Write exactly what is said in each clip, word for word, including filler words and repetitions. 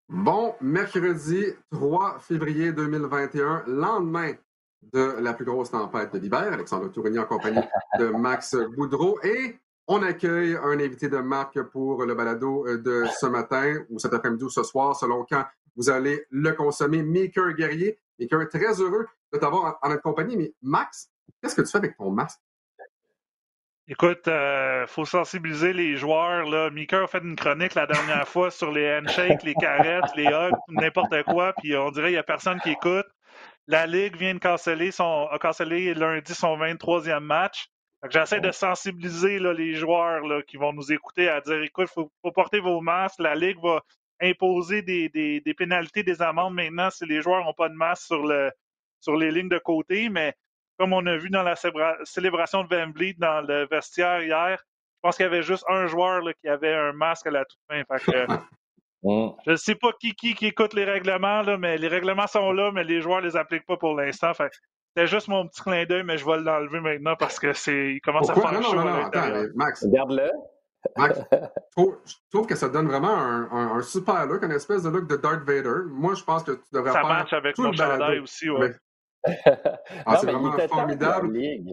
Bon mercredi trois février deux mille vingt et un, lendemain de la plus grosse tempête de l'hiver. Alexandre Tourigny en compagnie de Max Boudreau. Et on accueille un invité de marque pour le balado de ce matin ou cet après-midi ou ce soir, selon quand vous allez le consommer. Maker Guerrier. Maker, très heureux de t'avoir en notre compagnie. Mais Max, qu'est-ce que tu fais avec ton masque? Écoute, il euh, faut sensibiliser les joueurs. Là. Mika a fait une chronique la dernière fois sur les handshakes, les caresses, les hugs, n'importe quoi, puis on dirait qu'il n'y a personne qui écoute. La Ligue vient de canceller son, a cancellé lundi son vingt-troisième match. J'essaie de sensibiliser là, les joueurs là, qui vont nous écouter à dire écoute, il faut, faut porter vos masques. La Ligue va imposer des, des, des pénalités, des amendes maintenant si les joueurs n'ont pas de masque sur, le, sur les lignes de côté, mais comme on a vu dans la célébration de Van Vliet dans le vestiaire hier, je pense qu'il y avait juste un joueur là, qui avait un masque à la toute fin. Fait que, mm. Je ne sais pas qui, qui, qui écoute les règlements, là, mais les règlements sont là, mais les joueurs ne les appliquent pas pour l'instant. Fait c'était juste mon petit clin d'œil, mais je vais l'enlever maintenant parce que c'est il commence Pourquoi? à faire Non, non, chaud non, à non, attends, l'intérieur. mais Max. Garde-le. Max, je trouve, je trouve que ça donne vraiment un, un, un super look, une espèce de look de Darth Vader. Moi, je pense que tu devrais Ça faire match avec tout mon le balado. chandail aussi, ouais. Avec... Ah, non, c'est mais il vraiment était temps que la formidable. Ligue,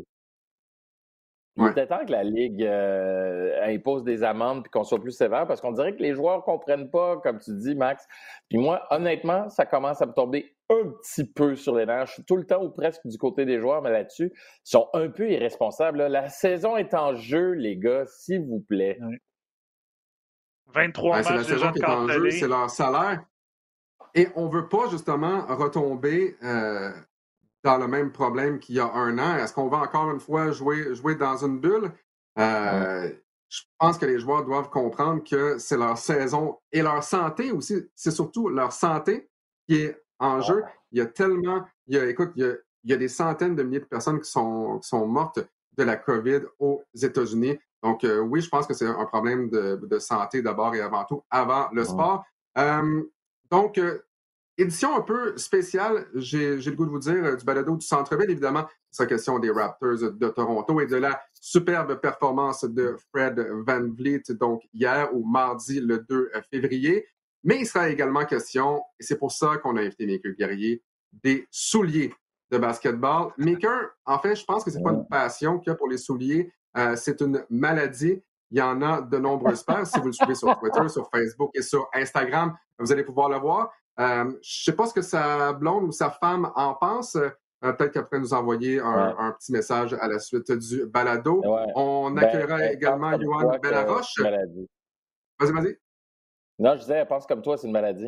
il Ouais. était temps que la Ligue euh, impose des amendes et qu'on soit plus sévère parce qu'on dirait que les joueurs ne comprennent pas, comme tu dis, Max. Puis moi, honnêtement, ça commence à me tomber un petit peu sur les nerfs. Je suis tout le temps ou presque du côté des joueurs, mais là-dessus, ils sont un peu irresponsables. Là. La saison est en jeu, les gars, s'il vous plaît. Ouais. vingt-trois Ouais, c'est matchs la déjà saison de qui est en jeu, cancellés. c'est leur salaire. Et on ne veut pas justement retomber euh, dans le même problème qu'il y a un an. Est-ce qu'on va encore une fois jouer, jouer dans une bulle? Euh, ouais. Je pense que les joueurs doivent comprendre que c'est leur saison et leur santé aussi. C'est surtout leur santé qui est en jeu. Il y a tellement, il y a, écoute, il y a, il y a des centaines de milliers de personnes qui sont, qui sont mortes de la COVID aux États-Unis. Donc, euh, oui, je pense que c'est un problème de, de santé d'abord et avant tout, avant le sport. Euh, donc, euh, édition un peu spéciale, j'ai, j'ai le goût de vous dire, euh, du balado du Centre-Ville, évidemment. C'est la question des Raptors de Toronto et de la superbe performance de Fred VanVleet, donc hier ou mardi le deux février. Mais il sera également question, et c'est pour ça qu'on a invité Maker Guerrier, des souliers de basketball. Maker, en fait, je pense que c'est pas une passion qu'il y a pour les souliers, euh, c'est une maladie. Il y en a de nombreuses paires. Si vous le suivez sur Twitter, sur Facebook et sur Instagram, vous allez pouvoir le voir. Euh, je ne sais pas ce que sa blonde ou sa femme en pense. Euh, peut-être qu'elle pourrait nous envoyer un, ouais. un petit message à la suite du balado. Ouais. On accueillera ben, également Yoann Bellaroche. Vas-y, vas-y. Non, je disais, elle pense comme toi, c'est une maladie.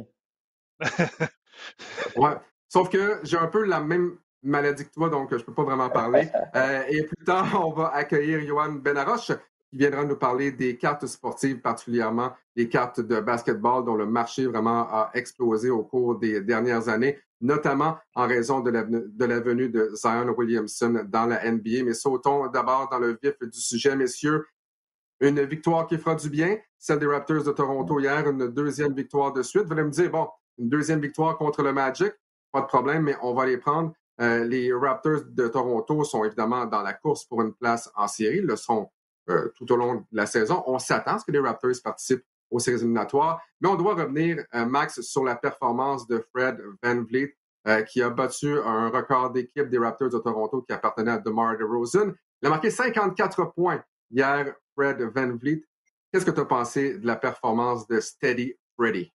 Ouais. Sauf que j'ai un peu la même maladie que toi, donc je ne peux pas vraiment parler. Euh, et plus tard, on va accueillir Yoann Bellaroche, qui viendra nous parler des cartes sportives, particulièrement les cartes de basketball dont le marché vraiment a explosé au cours des dernières années, notamment en raison de la, de la venue de Zion Williamson dans la N B A. Mais sautons d'abord dans le vif du sujet, messieurs. Une victoire qui fera du bien, celle des Raptors de Toronto hier, une deuxième victoire de suite. Vous allez me dire, bon, une deuxième victoire contre le Magic, pas de problème, mais on va les prendre. Euh, les Raptors de Toronto sont évidemment dans la course pour une place en série, ils le seront euh, tout au long de la saison. On s'attend à ce que les Raptors participent aux séries éliminatoires, mais on doit revenir, euh, Max, sur la performance de Fred VanVleet, euh, qui a battu un record d'équipe des Raptors de Toronto qui appartenait à DeMar DeRozan. Il a marqué cinquante-quatre points hier, Fred VanVleet. Qu'est-ce que tu as pensé de la performance de Steady Freddy?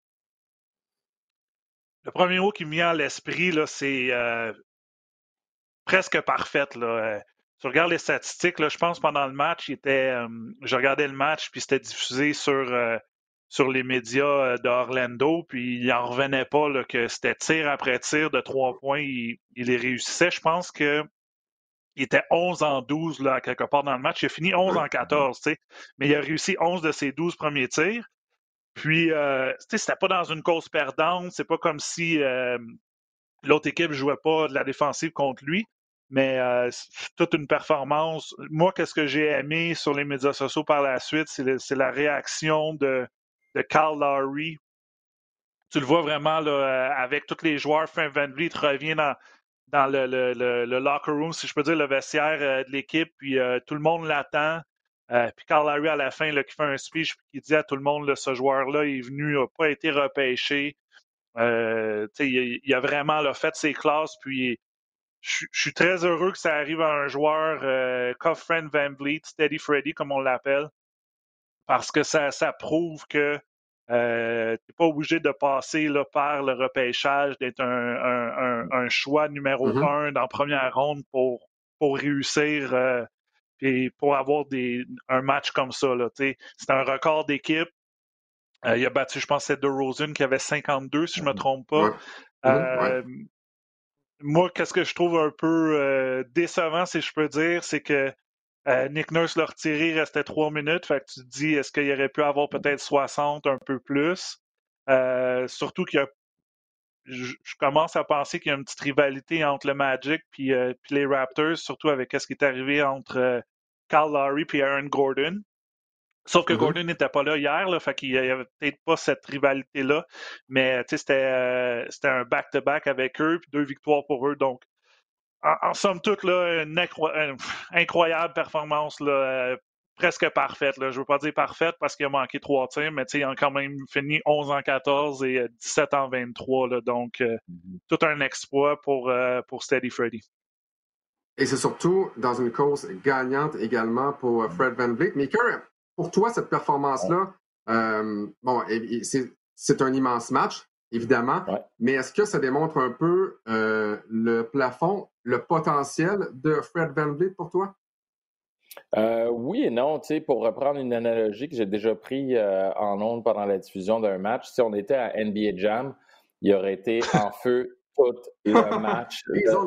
Le premier mot qui me vient à l'esprit, là, c'est euh, presque parfaite. Là. Euh, tu regardes les statistiques, là, je pense pendant le match, il était, euh, je regardais le match, puis c'était diffusé sur, euh, sur les médias d'Orlando, puis il n'en revenait pas là, que c'était tir après tir de trois points, il, il les réussissait. Je pense que il était onze en douze là, quelque part dans le match. Il a fini onze en quatorze, tu sais, mais il a réussi onze de ses douze premiers tirs. Puis, euh, tu sais, c'était pas dans une cause perdante. C'est pas comme si euh, l'autre équipe jouait pas de la défensive contre lui. Mais euh, c'est toute une performance. Moi, qu'est-ce que j'ai aimé sur les médias sociaux par la suite, c'est, le, c'est la réaction de, de Kyle Lowry. Tu le vois vraiment là, avec tous les joueurs. Fred VanVleet revient dans, dans le, le, le, le locker room, si je peux dire, le vestiaire euh, de l'équipe. Puis euh, tout le monde l'attend. Euh, puis Kyle Lowry, à la fin, là, qui fait un speech qui dit à tout le monde, là, ce joueur-là est venu, n'a pas été repêché. Euh, il, il a vraiment là, fait ses classes, puis je suis très heureux que ça arrive à un joueur euh, comme Fred VanVleet, Steady Freddy, comme on l'appelle, parce que ça, ça prouve que euh, tu n'es pas obligé de passer là, par le repêchage, d'être un, un, un, un choix numéro mm-hmm. un dans la première ronde pour, pour réussir euh, et pour avoir des, un match comme ça. Là, c'est un record d'équipe. Euh, il a battu, je pense, c'est DeRozan qui avait cinquante-deux, si je ne me trompe pas. Ouais. Euh, ouais. Moi, qu'est-ce que je trouve un peu euh, décevant, si je peux dire, c'est que euh, Nick Nurse l'a retiré, il restait trois minutes. Fait que tu te dis, est-ce qu'il aurait pu avoir peut-être soixante, un peu plus? Euh, surtout qu'il y a je, je commence à penser qu'il y a une petite rivalité entre le Magic puis, euh, puis les Raptors, surtout avec ce qui est arrivé entre euh, Kyle Lowry et Aaron Gordon. Sauf que mm-hmm. Gordon n'était pas là hier, là, fait qu'il n'y avait peut-être pas cette rivalité-là, mais c'était, euh, c'était un back-to-back avec eux, puis deux victoires pour eux. Donc, en, en somme toute, là, une, incro- une incroyable performance, là, euh, presque parfaite. Là. Je ne veux pas dire parfaite parce qu'il a manqué trois tirs, mais il a quand même fini onze en quatorze et dix-sept en vingt-trois. Là, donc, euh, mm-hmm. tout un exploit pour, euh, pour Steady Freddy. Et c'est surtout dans une course gagnante également pour Fred VanVleet. Mais Kerr, pour toi, cette performance-là, euh, bon, c'est, c'est un immense match, évidemment, ouais. mais est-ce que ça démontre un peu euh, le plafond, le potentiel de Fred VanVleet pour toi? Euh, oui et non. Tu sais, pour reprendre une analogie que j'ai déjà prise euh, en ondes pendant la diffusion d'un match, si on était à N B A Jam, il aurait été en feu tout le match.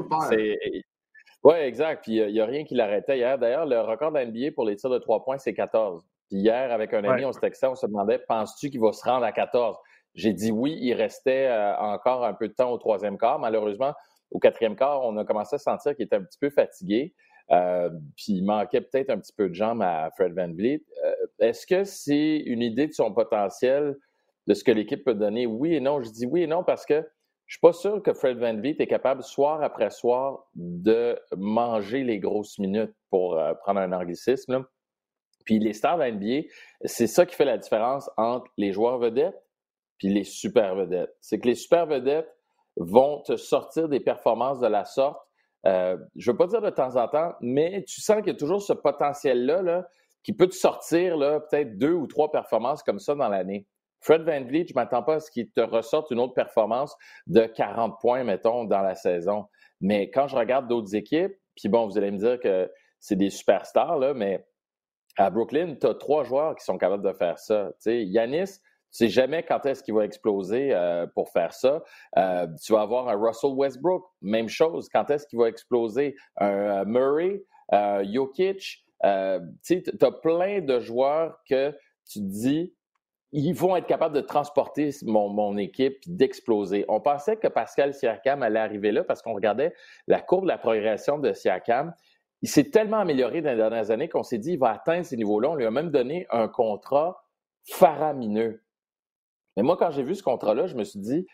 Oui, exact. Puis il n'y a, a rien qui l'arrêtait hier. D'ailleurs, le record de la N B A pour les tirs de trois points, c'est quatorze. Puis hier, avec un ami, ouais. on se textait, on se demandait, penses-tu qu'il va se rendre à quatorze? J'ai dit oui, il restait euh, encore un peu de temps au troisième quart. Malheureusement, au quatrième quart, on a commencé à sentir qu'il était un petit peu fatigué. Euh, puis il manquait peut-être un petit peu de jambes à Fred VanVleet. Euh, est-ce que c'est une idée de son potentiel, de ce que l'équipe peut donner? Oui et non. Je dis oui et non parce que je ne suis pas sûr que Fred VanVleet est capable, soir après soir, de manger les grosses minutes, pour euh, prendre un anglicisme. Là. Puis les stars de la N B A, c'est ça qui fait la différence entre les joueurs vedettes puis les super vedettes. C'est que les super vedettes vont te sortir des performances de la sorte. Euh, je ne veux pas dire de temps en temps, mais tu sens qu'il y a toujours ce potentiel-là là, qui peut te sortir là, peut-être deux ou trois performances comme ça dans l'année. Fred VanVleet, je ne m'attends pas à ce qu'il te ressorte une autre performance de quarante points, mettons, dans la saison. Mais quand je regarde d'autres équipes, puis bon, vous allez me dire que c'est des superstars, là, mais à Brooklyn, tu as trois joueurs qui sont capables de faire ça. Tu sais, Giannis, tu ne sais jamais quand est-ce qu'il va exploser euh, pour faire ça. Euh, tu vas avoir un Russell Westbrook, même chose. Quand est-ce qu'il va exploser? Un uh, Murray, uh, Jokic. Euh, tu sais, tu as plein de joueurs que tu te dis, ils vont être capables de transporter mon, mon équipe et d'exploser. On pensait que Pascal Siakam allait arriver là parce qu'on regardait la courbe de la progression de Siakam. Il s'est tellement amélioré dans les dernières années qu'on s'est dit qu'il va atteindre ces niveaux-là. On lui a même donné un contrat faramineux. Mais moi, quand j'ai vu ce contrat-là, je me suis dit,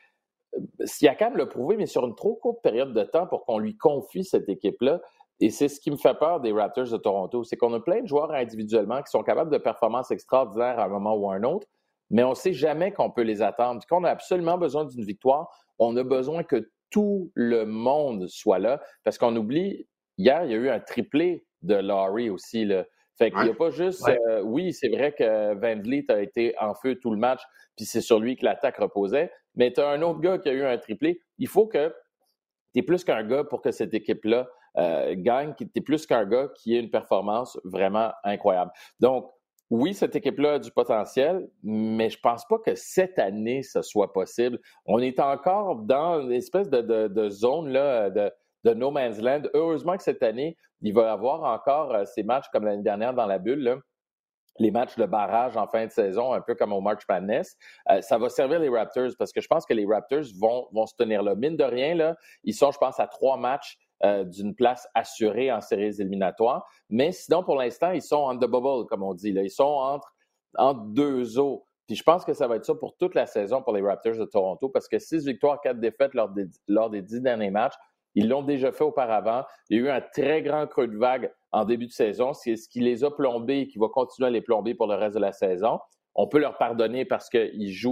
Siakam l'a prouvé, mais sur une trop courte période de temps pour qu'on lui confie cette équipe-là. Et c'est ce qui me fait peur des Raptors de Toronto. C'est qu'on a plein de joueurs individuellement qui sont capables de performances extraordinaires à un moment ou à un autre, mais on ne sait jamais qu'on peut les attendre. Puis quand on a absolument besoin d'une victoire, on a besoin que tout le monde soit là. Parce qu'on oublie, hier, il y a eu un triplé de Lowry aussi. Là. Fait qu'il n'y a pas juste... Ouais. Euh, oui, c'est vrai que VanVleet a été en feu tout le match, puis c'est sur lui que l'attaque reposait, mais tu as un autre gars qui a eu un triplé. Il faut que tu es plus qu'un gars pour que cette équipe-là euh, gagne, tu es plus qu'un gars qui ait une performance vraiment incroyable. Donc, oui, cette équipe-là a du potentiel, mais je ne pense pas que cette année, ce soit possible. On est encore dans une espèce de, de, de zone là, de, de no man's land. Heureusement que cette année, il va y avoir encore euh, ces matchs comme l'année dernière dans la bulle, là, les matchs de barrage en fin de saison, un peu comme au March Madness. Euh, ça va servir les Raptors parce que je pense que les Raptors vont, vont se tenir là. Mine de rien, là, ils sont, je pense, à trois matchs Euh, d'une place assurée en séries éliminatoires. Mais sinon, pour l'instant, ils sont on the bubble, comme on dit. Là. Ils sont entre, entre deux eaux. Puis je pense que ça va être ça pour toute la saison pour les Raptors de Toronto parce que six victoires, quatre défaites lors des, lors des dix derniers matchs. Ils l'ont déjà fait auparavant. Il y a eu un très grand creux de vague en début de saison. C'est ce qui les a plombés et qui va continuer à les plomber pour le reste de la saison. On peut leur pardonner parce qu'ils jouent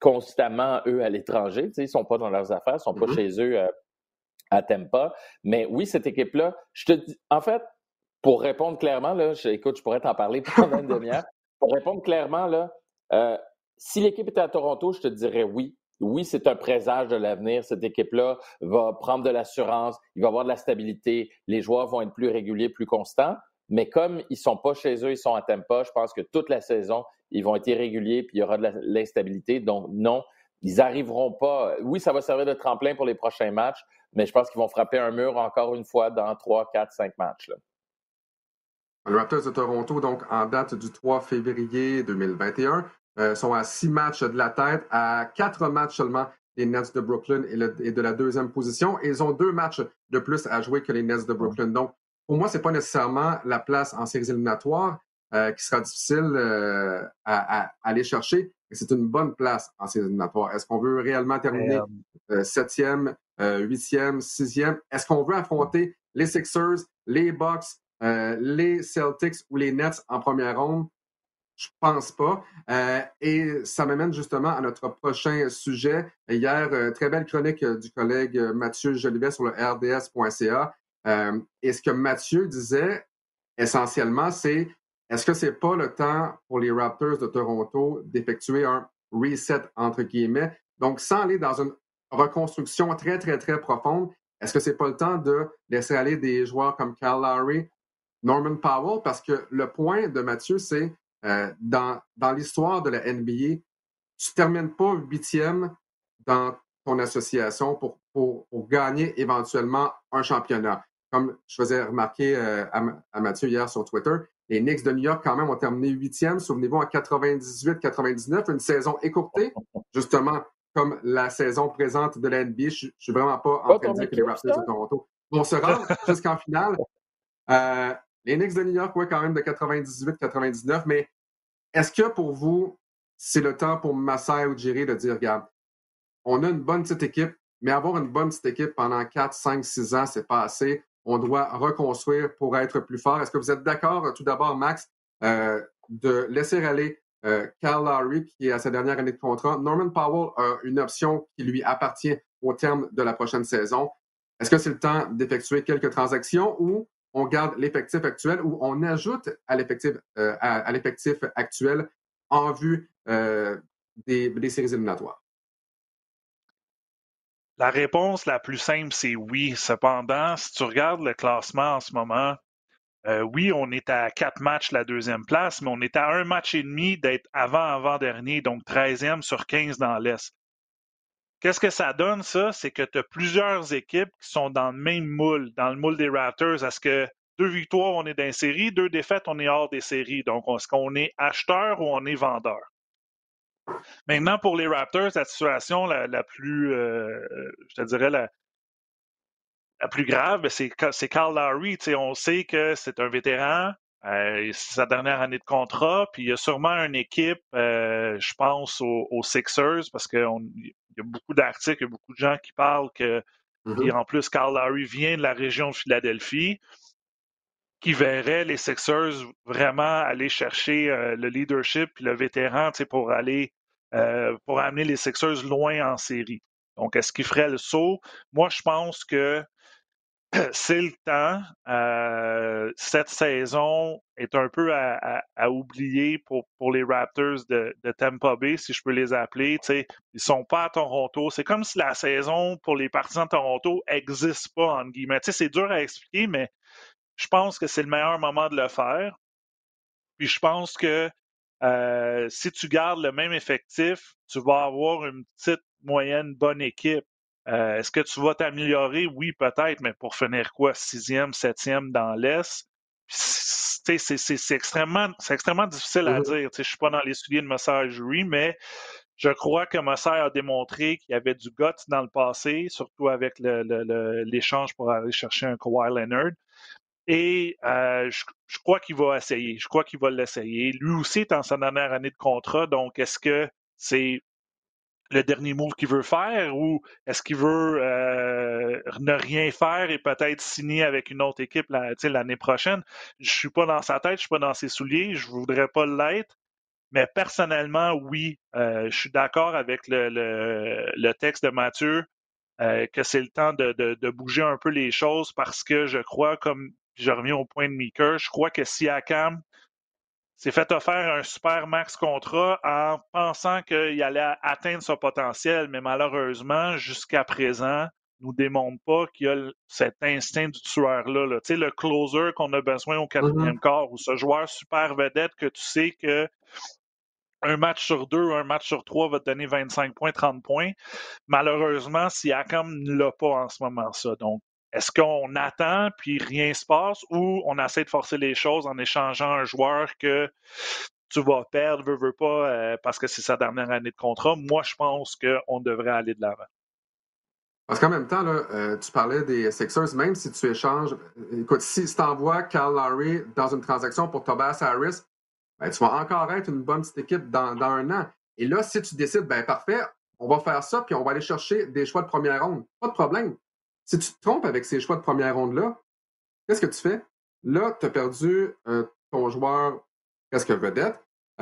constamment, eux, à l'étranger. Tu sais, ils ne sont pas dans leurs affaires, ils ne sont pas Mm-hmm. chez eux euh, à Tampa. Mais oui, cette équipe-là, je te dis, en fait, pour répondre clairement, là, je, écoute, je pourrais t'en parler pendant une demi-heure. Pour répondre clairement, là, euh, si l'équipe était à Toronto, je te dirais oui. Oui, c'est un présage de l'avenir. Cette équipe-là va prendre de l'assurance, il va y avoir de la stabilité, les joueurs vont être plus réguliers, plus constants. Mais comme ils ne sont pas chez eux, ils sont à Tampa, je pense que toute la saison, ils vont être irréguliers puis il y aura de la, l'instabilité. Donc, non, ils n'arriveront pas. Oui, ça va servir de tremplin pour les prochains matchs, mais je pense qu'ils vont frapper un mur encore une fois dans trois, quatre, cinq matchs. Là. Les Raptors de Toronto, donc en date du trois février deux mille vingt et un, euh, sont à six matchs de la tête, à quatre matchs seulement des Nets de Brooklyn et, le, et de la deuxième position. Et ils ont deux matchs de plus à jouer que les Nets de Brooklyn. Donc, pour moi, ce n'est pas nécessairement la place en séries éliminatoires euh, qui sera difficile euh, à, à, à aller chercher, mais c'est une bonne place en séries éliminatoires. Est-ce qu'on veut réellement terminer euh, septième, euh, huitième, sixième? Est-ce qu'on veut affronter les Sixers, les Bucks, Euh, les Celtics ou les Nets en première ronde? Je pense pas. Euh, et ça m'amène justement à notre prochain sujet. Hier, euh, très belle chronique euh, du collègue euh, Mathieu Jolivet sur le R D S point C A. Euh, et ce que Mathieu disait essentiellement, c'est est-ce que c'est pas le temps pour les Raptors de Toronto d'effectuer un reset entre guillemets? Donc, sans aller dans une reconstruction très, très, très profonde, est-ce que c'est pas le temps de laisser aller des joueurs comme Kyle Lowry, Norman Powell, parce que le point de Mathieu, c'est euh, dans, dans l'histoire de la N B A, tu ne termines pas huitième dans ton association pour, pour, pour gagner éventuellement un championnat. Comme je faisais remarquer euh, à, à Mathieu hier sur Twitter, les Knicks de New York quand même ont terminé huitième, souvenez-vous, en quatre-vingt-dix-huit quatre-vingt-dix-neuf, une saison écourtée, justement comme la saison présente de la N B A. Je ne suis vraiment pas en train de dire que les Raptors de Toronto vont se rendre jusqu'en finale. Euh, Les Knicks de New York, oui, quand même, de quatre-vingt-dix-huit quatre-vingt-dix-neuf, mais est-ce que pour vous, c'est le temps pour Masai Ujiri de dire, regarde, on a une bonne petite équipe, mais avoir une bonne petite équipe pendant quatre, cinq, six ans, c'est pas assez. On doit reconstruire pour être plus fort. Est-ce que vous êtes d'accord, tout d'abord, Max, euh, de laisser aller euh, Kyle Lowry, qui est à sa dernière année de contrat? Norman Powell a une option qui lui appartient au terme de la prochaine saison. Est-ce que c'est le temps d'effectuer quelques transactions ou on garde l'effectif actuel ou on ajoute à l'effectif, euh, à, à l'effectif actuel en vue euh, des, des séries éliminatoires? La réponse la plus simple, c'est oui. Cependant, si tu regardes le classement en ce moment, euh, oui, on est à quatre matchs la deuxième place, mais on est à un match et demi d'être avant-avant-dernier, donc treizième sur quinze dans l'Est. Qu'est-ce que ça donne, ça? C'est que tu as plusieurs équipes qui sont dans le même moule, dans le moule des Raptors. Est-ce que deux victoires, on est dans les séries, deux défaites, on est hors des séries? Donc, est-ce qu'on est acheteur ou on est vendeur? Maintenant, pour les Raptors, la situation la, la plus, euh, je te dirais, la, la plus grave, c'est, c'est Kyle Lowry. T'sais, on sait que c'est un vétéran. Euh, c'est sa dernière année de contrat, puis il y a sûrement une équipe, euh, je pense aux, aux Sixers, parce qu'il y a beaucoup d'articles, il y a beaucoup de gens qui parlent que, mm-hmm. Puis en plus, Kyle Lowry vient de la région de Philadelphie, qui verrait les Sixers vraiment aller chercher euh, le leadership puis le vétéran pour aller euh, pour amener les Sixers loin en série. Donc, est-ce qu'il ferait le saut? Moi, je pense que c'est le temps. Euh, cette saison est un peu à, à, à oublier pour, pour les Raptors de, de Tampa Bay, si je peux les appeler. T'sais, ils ne sont pas à Toronto. C'est comme si la saison pour les partisans de Toronto n'existe pas, entre guillemets. T'sais, c'est dur à expliquer, mais je pense que c'est le meilleur moment de le faire. Puis je pense que euh, si tu gardes le même effectif, tu vas avoir une petite, moyenne, bonne équipe. Euh, est-ce que tu vas t'améliorer? Oui, peut-être, mais pour finir quoi? Sixième, septième dans l'Est? C'est, c'est, c'est, c'est, extrêmement, c'est extrêmement difficile à dire. Je ne suis pas dans les souliers de Masai Ujiri, mais je crois que Masai a démontré qu'il y avait du guts dans le passé, surtout avec le, le, le, l'échange pour aller chercher un Kawhi Leonard. Et euh, je, je crois qu'il va essayer. Je crois qu'il va l'essayer. Lui aussi est en sa dernière année de contrat, donc est-ce que c'est le dernier move qu'il veut faire ou est-ce qu'il veut euh, ne rien faire et peut-être signer avec une autre équipe la, l'année prochaine? Je suis pas dans sa tête, je suis pas dans ses souliers, je voudrais pas l'être, Mais personnellement, oui, euh, je suis d'accord avec le, le, le texte de Mathieu, euh, que c'est le temps de, de, de bouger un peu les choses parce que je crois, comme je reviens au point de Meeker, je crois que Siakam s'est fait offrir un super max contrat en pensant qu'il allait atteindre son potentiel, mais malheureusement, jusqu'à présent, nous démontre pas qu'il y a cet instinct du tueur-là. Là. Tu sais, le closer qu'on a besoin au quatrième Mm-hmm. quart, ou ce joueur super vedette que tu sais que un match sur deux ou un match sur trois va te donner vingt-cinq points, trente points. Malheureusement, Siakam ne l'a pas en ce moment, ça. Donc, est-ce qu'on attend puis rien ne se passe ou on essaie de forcer les choses en échangeant un joueur que tu vas perdre, veux, veux pas, euh, parce que c'est sa dernière année de contrat? Moi, je pense qu'on devrait aller de l'avant. Parce qu'en même temps, là, euh, tu parlais des Sixers, même si tu échanges, écoute, si tu envoies Kyle Lowry dans une transaction pour Tobias Harris, ben, tu vas encore être une bonne petite équipe dans, dans un an. Et là, si tu décides, ben parfait, on va faire ça, puis on va aller chercher des choix de première ronde. Pas de problème. Si tu te trompes avec ces choix de première ronde-là, qu'est-ce que tu fais? Là, tu as perdu euh, ton joueur presque vedette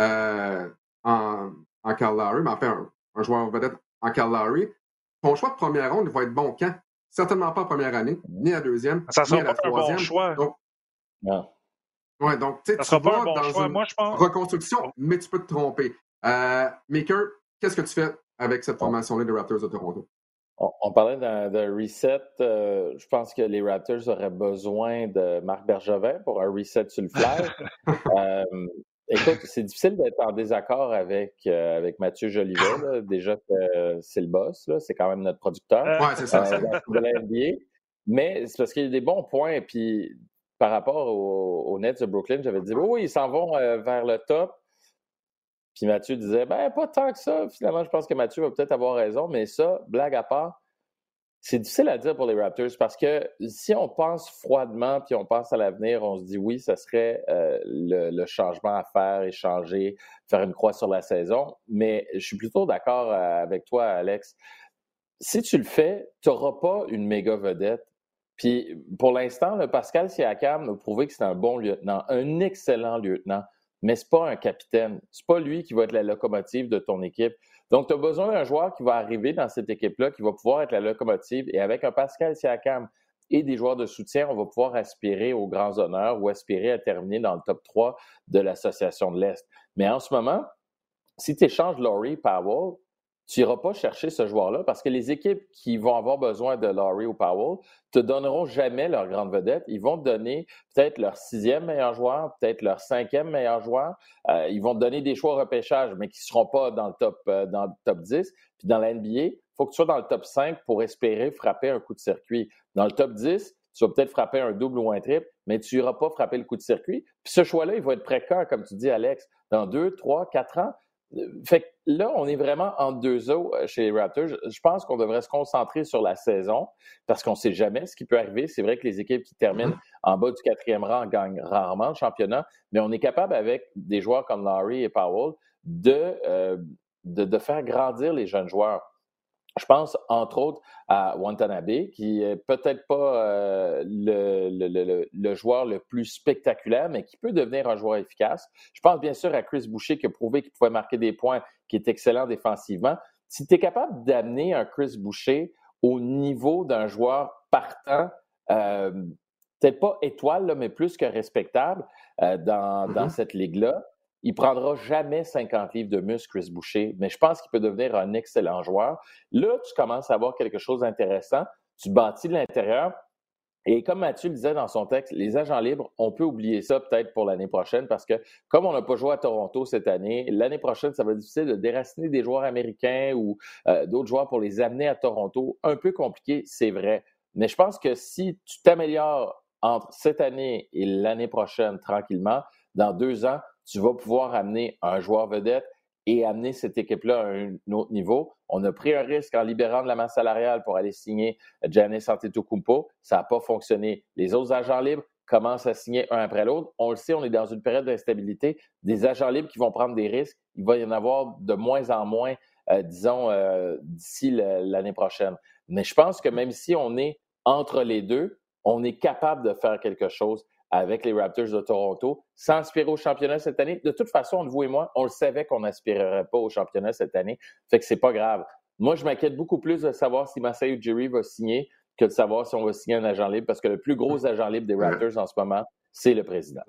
euh, en, en Kyle Lowry, mais enfin, un, un joueur vedette en Kyle Lowry. Ton choix de première ronde, il va être bon quand? Certainement pas en première année, ni à deuxième, Ça ni sera à la pas un troisième. bon choix. Donc, Non. ouais, donc tu sais, Ça tu sera pas un vas bon dans choix. une Moi, je pense. reconstruction, mais tu peux te tromper. Euh, Maker, qu'est-ce que tu fais avec cette formation-là des Raptors de Toronto? On, on parlait d'un, d'un reset. Euh, je pense que les Raptors auraient besoin de Marc Bergevin pour un reset sur le fly. euh, écoute, c'est difficile d'être en désaccord avec, euh, avec Mathieu Jolivet. Là. Déjà que euh, c'est le boss, là. C'est quand même notre producteur Euh, Ouais, c'est ça. euh, de la N B A. Mais c'est parce qu'il y a des bons points. Puis par rapport aux, aux Nets de Brooklyn, j'avais dit, oui, oui, ils s'en vont euh, vers le top. Puis Mathieu disait, ben pas tant que ça. Finalement, je pense que Mathieu va peut-être avoir raison, mais ça, blague à part, c'est difficile à dire pour les Raptors parce que si on pense froidement puis on pense à l'avenir, on se dit oui, ça serait euh, le, le changement à faire, échanger, faire une croix sur la saison. Mais je suis plutôt d'accord avec toi, Alex. Si tu le fais, tu n'auras pas une méga vedette. Puis pour l'instant, le Pascal Siakam a prouvé que c'est un bon lieutenant, un excellent lieutenant, mais ce n'est pas un capitaine. Ce n'est pas lui qui va être la locomotive de ton équipe. Donc, tu as besoin d'un joueur qui va arriver dans cette équipe-là, qui va pouvoir être la locomotive. Et avec un Pascal Siakam et des joueurs de soutien, on va pouvoir aspirer aux grands honneurs ou aspirer à terminer dans le top trois de l'Association de l'Est. Mais en ce moment, si tu échanges Lowry Powell, tu n'iras pas chercher ce joueur-là parce que les équipes qui vont avoir besoin de Lowry ou Powell te donneront jamais leur grande vedette. Ils vont te donner peut-être leur sixième meilleur joueur, peut-être leur cinquième meilleur joueur. Euh, ils vont te donner des choix au repêchage, mais qui ne seront pas dans le top, euh, dans le top dix. Puis dans la N B A, il faut que tu sois dans le top cinq pour espérer frapper un coup de circuit. Dans le top dix, tu vas peut-être frapper un double ou un triple, mais tu n'iras pas frapper le coup de circuit. Puis ce choix-là, il va être précaire, comme tu dis, Alex, dans deux, trois, quatre ans. Fait que là, on est vraiment en deux eaux chez les Raptors. Je pense qu'on devrait se concentrer sur la saison parce qu'on ne sait jamais ce qui peut arriver. C'est vrai que les équipes qui terminent en bas du quatrième rang gagnent rarement le championnat, mais on est capable avec des joueurs comme Lowry et Powell de, euh, de, de faire grandir les jeunes joueurs. Je pense, entre autres, à Watanabe, qui est peut-être pas euh, le, le, le, le joueur le plus spectaculaire, mais qui peut devenir un joueur efficace. Je pense bien sûr à Chris Boucher, qui a prouvé qu'il pouvait marquer des points, qui est excellent défensivement. Si tu es capable d'amener un Chris Boucher au niveau d'un joueur partant, euh, peut-être pas étoile, là, mais plus que respectable euh, dans, mm-hmm. dans cette ligue-là, il ne prendra jamais cinquante livres de muscle, Chris Boucher, mais je pense qu'il peut devenir un excellent joueur. Là, tu commences à avoir quelque chose d'intéressant. Tu bâtis de l'intérieur. Et comme Mathieu le disait dans son texte, les agents libres, on peut oublier ça peut-être pour l'année prochaine parce que comme on n'a pas joué à Toronto cette année, l'année prochaine, ça va être difficile de déraciner des joueurs américains ou euh, d'autres joueurs pour les amener à Toronto. Un peu compliqué, c'est vrai. Mais je pense que si tu t'améliores entre cette année et l'année prochaine tranquillement, dans deux ans, tu vas pouvoir amener un joueur vedette et amener cette équipe-là à un autre niveau. On a pris un risque en libérant de la masse salariale pour aller signer Giannis Antetokounmpo. Ça n'a pas fonctionné. Les autres agents libres commencent à signer un après l'autre. On le sait, on est dans une période d'instabilité. Des agents libres qui vont prendre des risques, il va y en avoir de moins en moins, euh, disons, euh, d'ici le, l'année prochaine. Mais je pense que même si on est entre les deux, on est capable de faire quelque chose avec les Raptors de Toronto, sans aspirer au championnat cette année. De toute façon, vous et moi, on le savait qu'on n'aspirerait pas au championnat cette année. Fait que c'est pas grave. Moi, je m'inquiète beaucoup plus de savoir si Masai Ujiri va signer que de savoir si on va signer un agent libre, parce que le plus gros agent libre des Raptors en ce moment, c'est le président.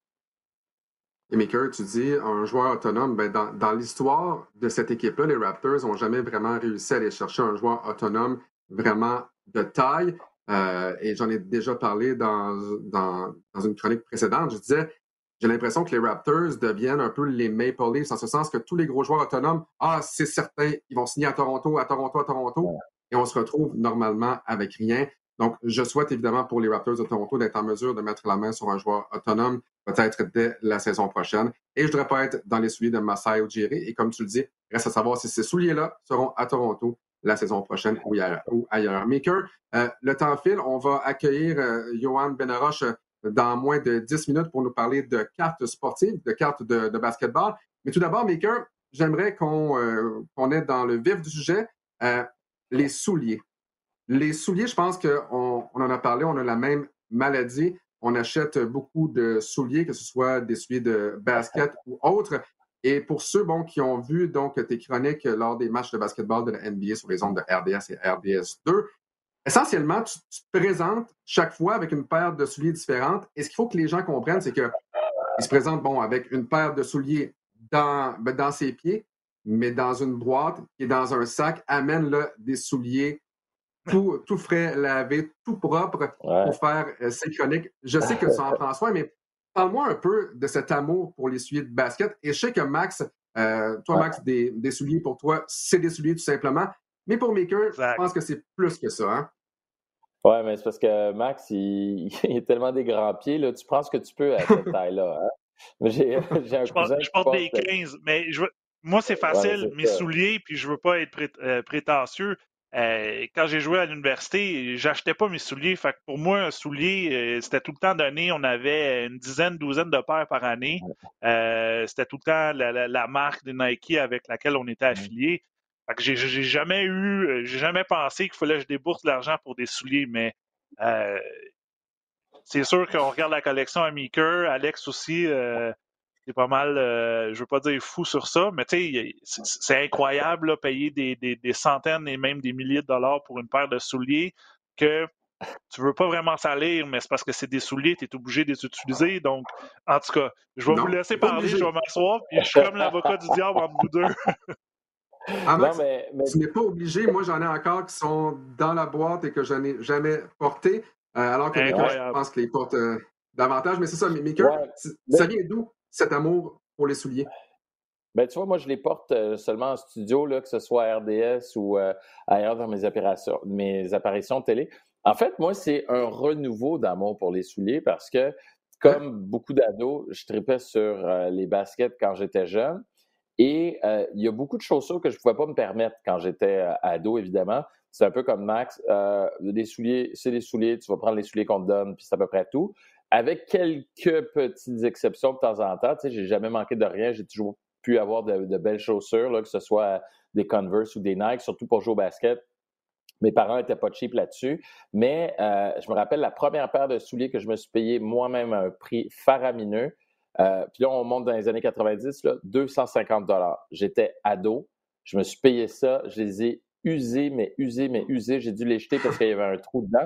Et Maker, tu dis un joueur autonome. Ben dans, dans l'histoire de cette équipe-là, les Raptors n'ont jamais vraiment réussi à aller chercher un joueur autonome vraiment de taille. Euh, et j'en ai déjà parlé dans, dans, dans une chronique précédente. Je disais, j'ai l'impression que les Raptors deviennent un peu les Maple Leafs, en ce sens que tous les gros joueurs autonomes, ah, c'est certain, ils vont signer à Toronto, à Toronto, à Toronto, ouais. Et on se retrouve normalement avec rien. Donc, je souhaite évidemment pour les Raptors de Toronto d'être en mesure de mettre la main sur un joueur autonome, peut-être dès la saison prochaine. Et je ne voudrais pas être dans les souliers de Masai Ujiri. Et comme tu le dis, reste à savoir si ces souliers-là seront à Toronto la saison prochaine ou ailleurs. Maker, euh, le temps file. On va accueillir euh, Yohan Benaroche dans moins de dix minutes pour nous parler de cartes sportives, de cartes de, de basketball. Mais tout d'abord, Maker, j'aimerais qu'on, euh, qu'on est dans le vif du sujet. Euh, les souliers. Les souliers, je pense qu'on on en a parlé, on a la même maladie. On achète beaucoup de souliers, que ce soit des souliers de basket ou autres. Et pour ceux bon, qui ont vu donc tes chroniques lors des matchs de basketball de la N B A sur les ondes de R D S et R D S deux, essentiellement, tu, tu te présentes chaque fois avec une paire de souliers différentes. Et ce qu'il faut que les gens comprennent, c'est qu'ils se présentent bon, avec une paire de souliers dans, ben, dans ses pieds, mais dans une boîte qui est dans un sac, amène là, des souliers tout, tout frais, lavé, tout propre ouais. pour faire euh, ces chroniques. Je sais que tu en prends soin, mais parle-moi un peu de cet amour pour les souliers de basket. Et je sais que Max, euh, toi, ouais. Max, des, des souliers pour toi, c'est des souliers tout simplement. Mais pour Maker, exact. Je pense que c'est plus que ça. Hein? Oui, mais c'est parce que Max, il, il a tellement des grands pieds. Là, tu prends ce que tu peux à cette taille-là. Hein? J'ai, j'ai un je cousin porte, je porte, porte des quinze, mais je veux, moi, c'est facile. Ouais, mes ça. souliers, puis je veux pas être pré, euh, prétentieux. Euh, quand j'ai joué à l'université, j'achetais pas mes souliers. Fait que pour moi, un soulier, euh, c'était tout le temps donné. On avait une dizaine, douzaine de paires par année. Euh, c'était tout le temps la, la, la marque de Nike avec laquelle on était affilié. Fait que j'ai, j'ai jamais eu, j'ai jamais pensé qu'il fallait que je débourse de l'argent pour des souliers, mais euh, c'est sûr qu'on regarde la collection à Meeker, Alex aussi. Euh, C'est pas mal, euh, je veux pas dire fou sur ça, mais tu sais, c'est, c'est incroyable, là, payer des, des, des centaines et même des milliers de dollars pour une paire de souliers que tu veux pas vraiment salir, mais c'est parce que c'est des souliers, tu es obligé de les utiliser. Donc, en tout cas, je vais non, vous laisser parler, obligé. Je vais m'asseoir, puis je suis comme l'avocat du diable entre vous deux. Ah, Max, non, mais, mais... tu n'es pas obligé. Moi, j'en ai encore qui sont dans la boîte et que je n'ai jamais porté, euh, alors que Maker, je pense qu'ils les portent euh, davantage. Mais c'est ça, Maker, ouais. ça vient d'où cet amour pour les souliers? Ben, tu vois, moi, je les porte euh, seulement en studio, là, que ce soit à R D S ou euh, ailleurs dans mes apparitions, mes apparitions télé. En fait, moi, c'est un renouveau d'amour pour les souliers parce que, comme ouais. beaucoup d'ados, je tripais sur euh, les baskets quand j'étais jeune. Et euh, il y a beaucoup de chaussures que je ne pouvais pas me permettre quand j'étais euh, ado, évidemment. C'est un peu comme Max. Euh, des souliers, c'est des souliers, tu vas prendre les souliers qu'on te donne, puis c'est à peu près tout. Avec quelques petites exceptions de temps en temps. Tu sais, j'ai jamais manqué de rien. J'ai toujours pu avoir de, de belles chaussures, là, que ce soit des Converse ou des Nike, surtout pour jouer au basket. Mes parents n'étaient pas cheap là-dessus. Mais euh, je me rappelle la première paire de souliers que je me suis payé moi-même à un prix faramineux. Euh, puis là, on monte dans les années quatre-vingt-dix, là, deux cent cinquante dollars. J'étais ado. Je me suis payé ça. Je les ai usés, mais usés, mais usés. J'ai dû les jeter parce qu'il y avait un trou dedans.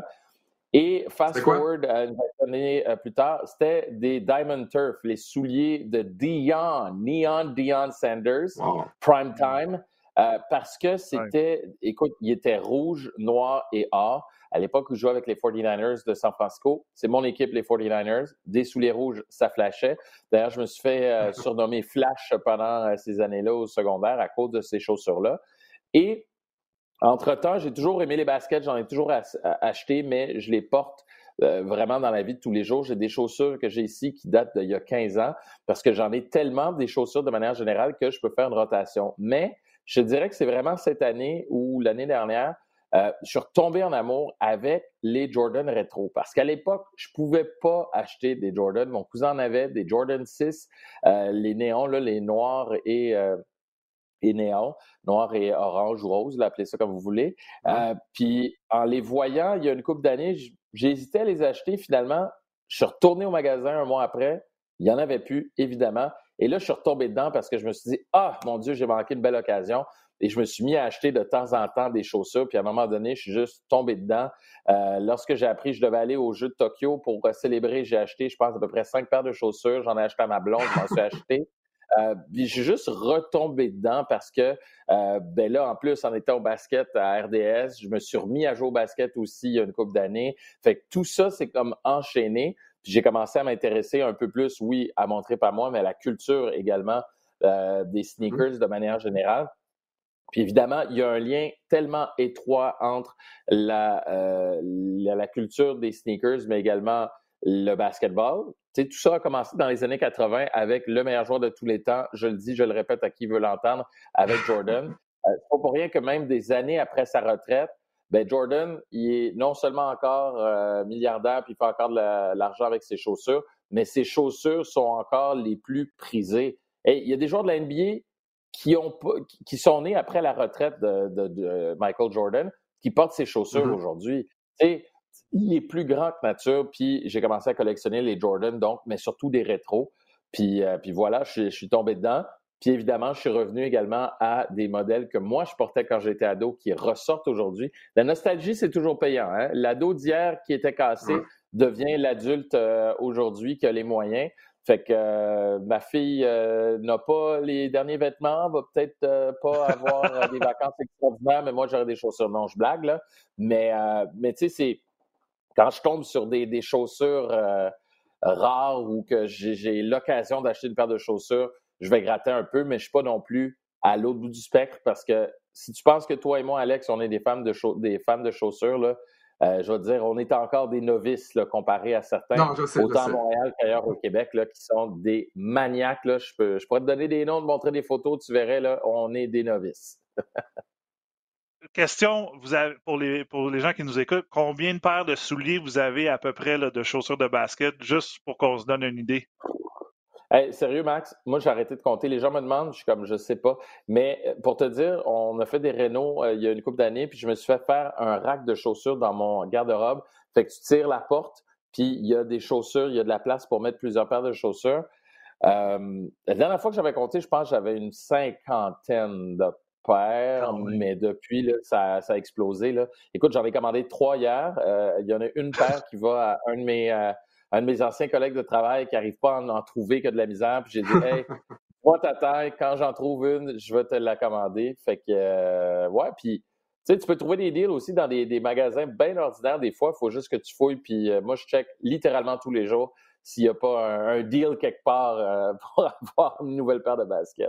Et fast forward à une année plus tard, c'était des Diamond Turf, les souliers de Deion, Neon Deion Sanders, wow. Prime Time, euh, parce que c'était, ouais. écoute, il était rouge, noir et or. À l'époque où je jouais avec les forty-niners de San Francisco, c'est mon équipe, les forty-niners, des souliers rouges, ça flashait. D'ailleurs, je me suis fait euh, surnommer Flash pendant euh, ces années-là au secondaire à cause de ces chaussures-là. Et entre-temps, j'ai toujours aimé les baskets, j'en ai toujours ach- acheté, mais je les porte euh, vraiment dans la vie de tous les jours. J'ai des chaussures que j'ai ici qui datent d'il y a quinze ans parce que j'en ai tellement des chaussures de manière générale que je peux faire une rotation. Mais je dirais que c'est vraiment cette année ou l'année dernière, euh, je suis retombé en amour avec les Jordan rétro parce qu'à l'époque, je pouvais pas acheter des Jordan. Mon cousin en avait des Jordan six, euh, les néons, là, les noirs et... Euh, et néon, noir et orange ou rose, là, appelez ça comme vous voulez. Ouais. Euh, puis en les voyant, il y a une couple d'années, j'ai hésité à les acheter. Finalement, Je suis retourné au magasin un mois après. Il n'y en avait plus, évidemment. Et là, je suis retombé dedans parce que je me suis dit « Ah, mon Dieu, j'ai manqué une belle occasion ». Et je me suis mis à acheter de temps en temps des chaussures. Puis à un moment donné, je suis juste tombé dedans. Euh, lorsque j'ai appris que je devais aller aux Jeux de Tokyo pour célébrer, j'ai acheté, je pense, à peu près cinq paires de chaussures. J'en ai acheté à ma blonde, je m'en suis acheté. Euh, puis je suis juste retombé dedans parce que, euh, ben là, en plus, en étant au basket à R D S, je me suis remis à jouer au basket aussi il y a une couple d'années. Fait que tout ça, c'est comme enchaîné. Puis j'ai commencé à m'intéresser un peu plus, oui, à mon trip à moi, mais à la culture également euh, des sneakers de manière générale. Puis évidemment, il y a un lien tellement étroit entre la, euh, la, la culture des sneakers, mais également le basketball. Tu sais, tout ça a commencé dans les années quatre-vingt avec le meilleur joueur de tous les temps. Je le dis, je le répète à qui veut l'entendre, avec Jordan. Euh, c'est pas pour rien que même des années après sa retraite, ben Jordan, il est non seulement encore euh, milliardaire puis il fait encore de la, l'argent avec ses chaussures, mais ses chaussures sont encore les plus prisées. Et il y a des joueurs de la N B A qui, ont, qui sont nés après la retraite de, de, de Michael Jordan, qui portent ses chaussures mm-hmm. aujourd'hui. Tu sais, il est plus grand que nature, puis j'ai commencé à collectionner les Jordan, donc, mais surtout des rétros. Puis, euh, puis voilà, je, je suis tombé dedans. Puis évidemment, je suis revenu également à des modèles que moi, je portais quand j'étais ado, qui ressortent aujourd'hui. La nostalgie, c'est toujours payant. Hein? L'ado d'hier qui était cassé mm-hmm. devient l'adulte euh, aujourd'hui qui a les moyens. Fait que euh, ma fille euh, n'a pas les derniers vêtements, va peut-être euh, pas avoir euh, des vacances extraordinaires, mais moi, j'aurais des chaussures. Non, je blague, là. Mais, euh, mais tu sais, c'est quand je tombe sur des, des chaussures euh, rares ou que j'ai, j'ai l'occasion d'acheter une paire de chaussures, je vais gratter un peu, mais je ne suis pas non plus à l'autre bout du spectre parce que si tu penses que toi et moi, Alex, on est des fans de, cha- des fans de chaussures, là, Euh, je veux dire, on est encore des novices là, comparés à certains, non, je sais, autant je sais. à Montréal qu'ailleurs au Québec, là, qui sont des maniaques. Là. Je, peux, je pourrais te donner des noms, te montrer des photos, tu verrais, là, on est des novices. Question, vous avez, pour, les, pour les gens qui nous écoutent, combien de paires de souliers vous avez à peu près là, de chaussures de basket, juste pour qu'on se donne une idée? Hey, sérieux, Max, moi, j'ai arrêté de compter. Les gens me demandent, je suis comme, je sais pas. Mais pour te dire, on a fait des rénaux euh, il y a une couple d'années, puis je me suis fait faire un rack de chaussures dans mon garde-robe. Fait que tu tires la porte, puis il y a des chaussures, il y a de la place pour mettre plusieurs paires de chaussures. Euh, la dernière fois que j'avais compté, je pense que j'avais une cinquantaine de paires, oh, oui. mais depuis, là, ça, ça a explosé. Là. Écoute, j'en ai commandé trois hier. Euh, il y en a une paire qui va à un de mes... Euh, un de mes anciens collègues de travail qui n'arrive pas à en, en trouver que de la misère. Puis j'ai dit, hey, moi ta taille, quand j'en trouve une, je vais te la commander. Fait que, euh, ouais, puis, tu sais, tu peux trouver des deals aussi dans des, des magasins bien ordinaires. Des fois, il faut juste que tu fouilles. Puis euh, moi, je check littéralement tous les jours s'il n'y a pas un, un deal quelque part euh, pour avoir une nouvelle paire de baskets.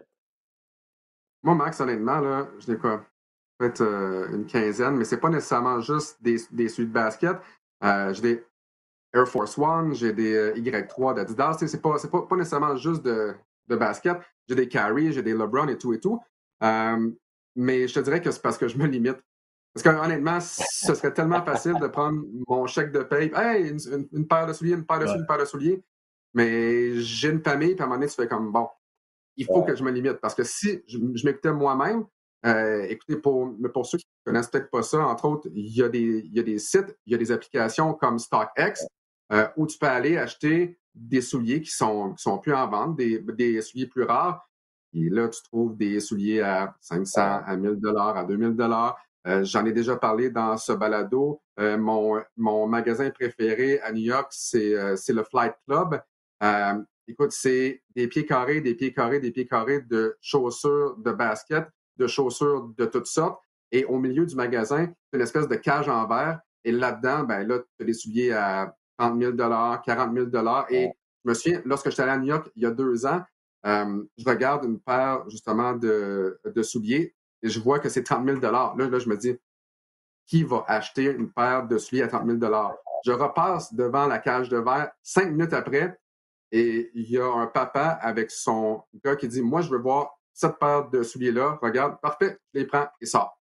Moi, Max, honnêtement, là, je n'ai quoi? Peut-être euh, une quinzaine, mais c'est pas nécessairement juste des, des suites de basket. Euh, j'ai des Air Force One, j'ai des euh, Y trois d'Adidas. C'est pas, c'est pas, pas nécessairement juste de, de basket. J'ai des Kyrie, j'ai des LeBron et tout et tout. Euh, mais je te dirais que c'est parce que je me limite. Parce que honnêtement, ce serait tellement facile de prendre mon chèque de paye. Hey, une, une, une paire de souliers, une paire de souliers, une paire de souliers. Mais j'ai une famille, puis à un moment donné, tu fais comme bon, il faut ouais. que je me limite. Parce que si je, je m'écoutais moi-même, euh, écoutez, pour, pour ceux qui ne connaissent peut-être pas ça, entre autres, il y a des, il y a des sites, il y a des applications comme StockX. Euh, où tu peux aller acheter des souliers qui sont, qui sont plus en vente, des, des souliers plus rares. Et là, tu trouves des souliers à cinq cents, à mille dollars, à deux mille dollars. Euh, j'en ai déjà parlé dans ce balado. Euh, mon, mon magasin préféré à New York, c'est, euh, c'est le Flight Club. Euh, écoute, c'est des pieds carrés, des pieds carrés, des pieds carrés de chaussures de basket, de chaussures de toutes sortes. Et au milieu du magasin, c'est une espèce de cage en verre. Et là-dedans, ben là, tu as des souliers à trente mille dollars, quarante mille dollars. Et je me souviens, lorsque j'étais allé à New York il y a deux ans, euh, je regarde une paire justement de, de souliers et je vois que c'est trente mille dollars. Là, là, je me dis, qui va acheter une paire de souliers à trente mille dollars? Je repasse devant la cage de verre cinq minutes après et il y a un papa avec son gars qui dit, moi, je veux voir cette paire de souliers-là. Regarde, parfait, je les prends et sort.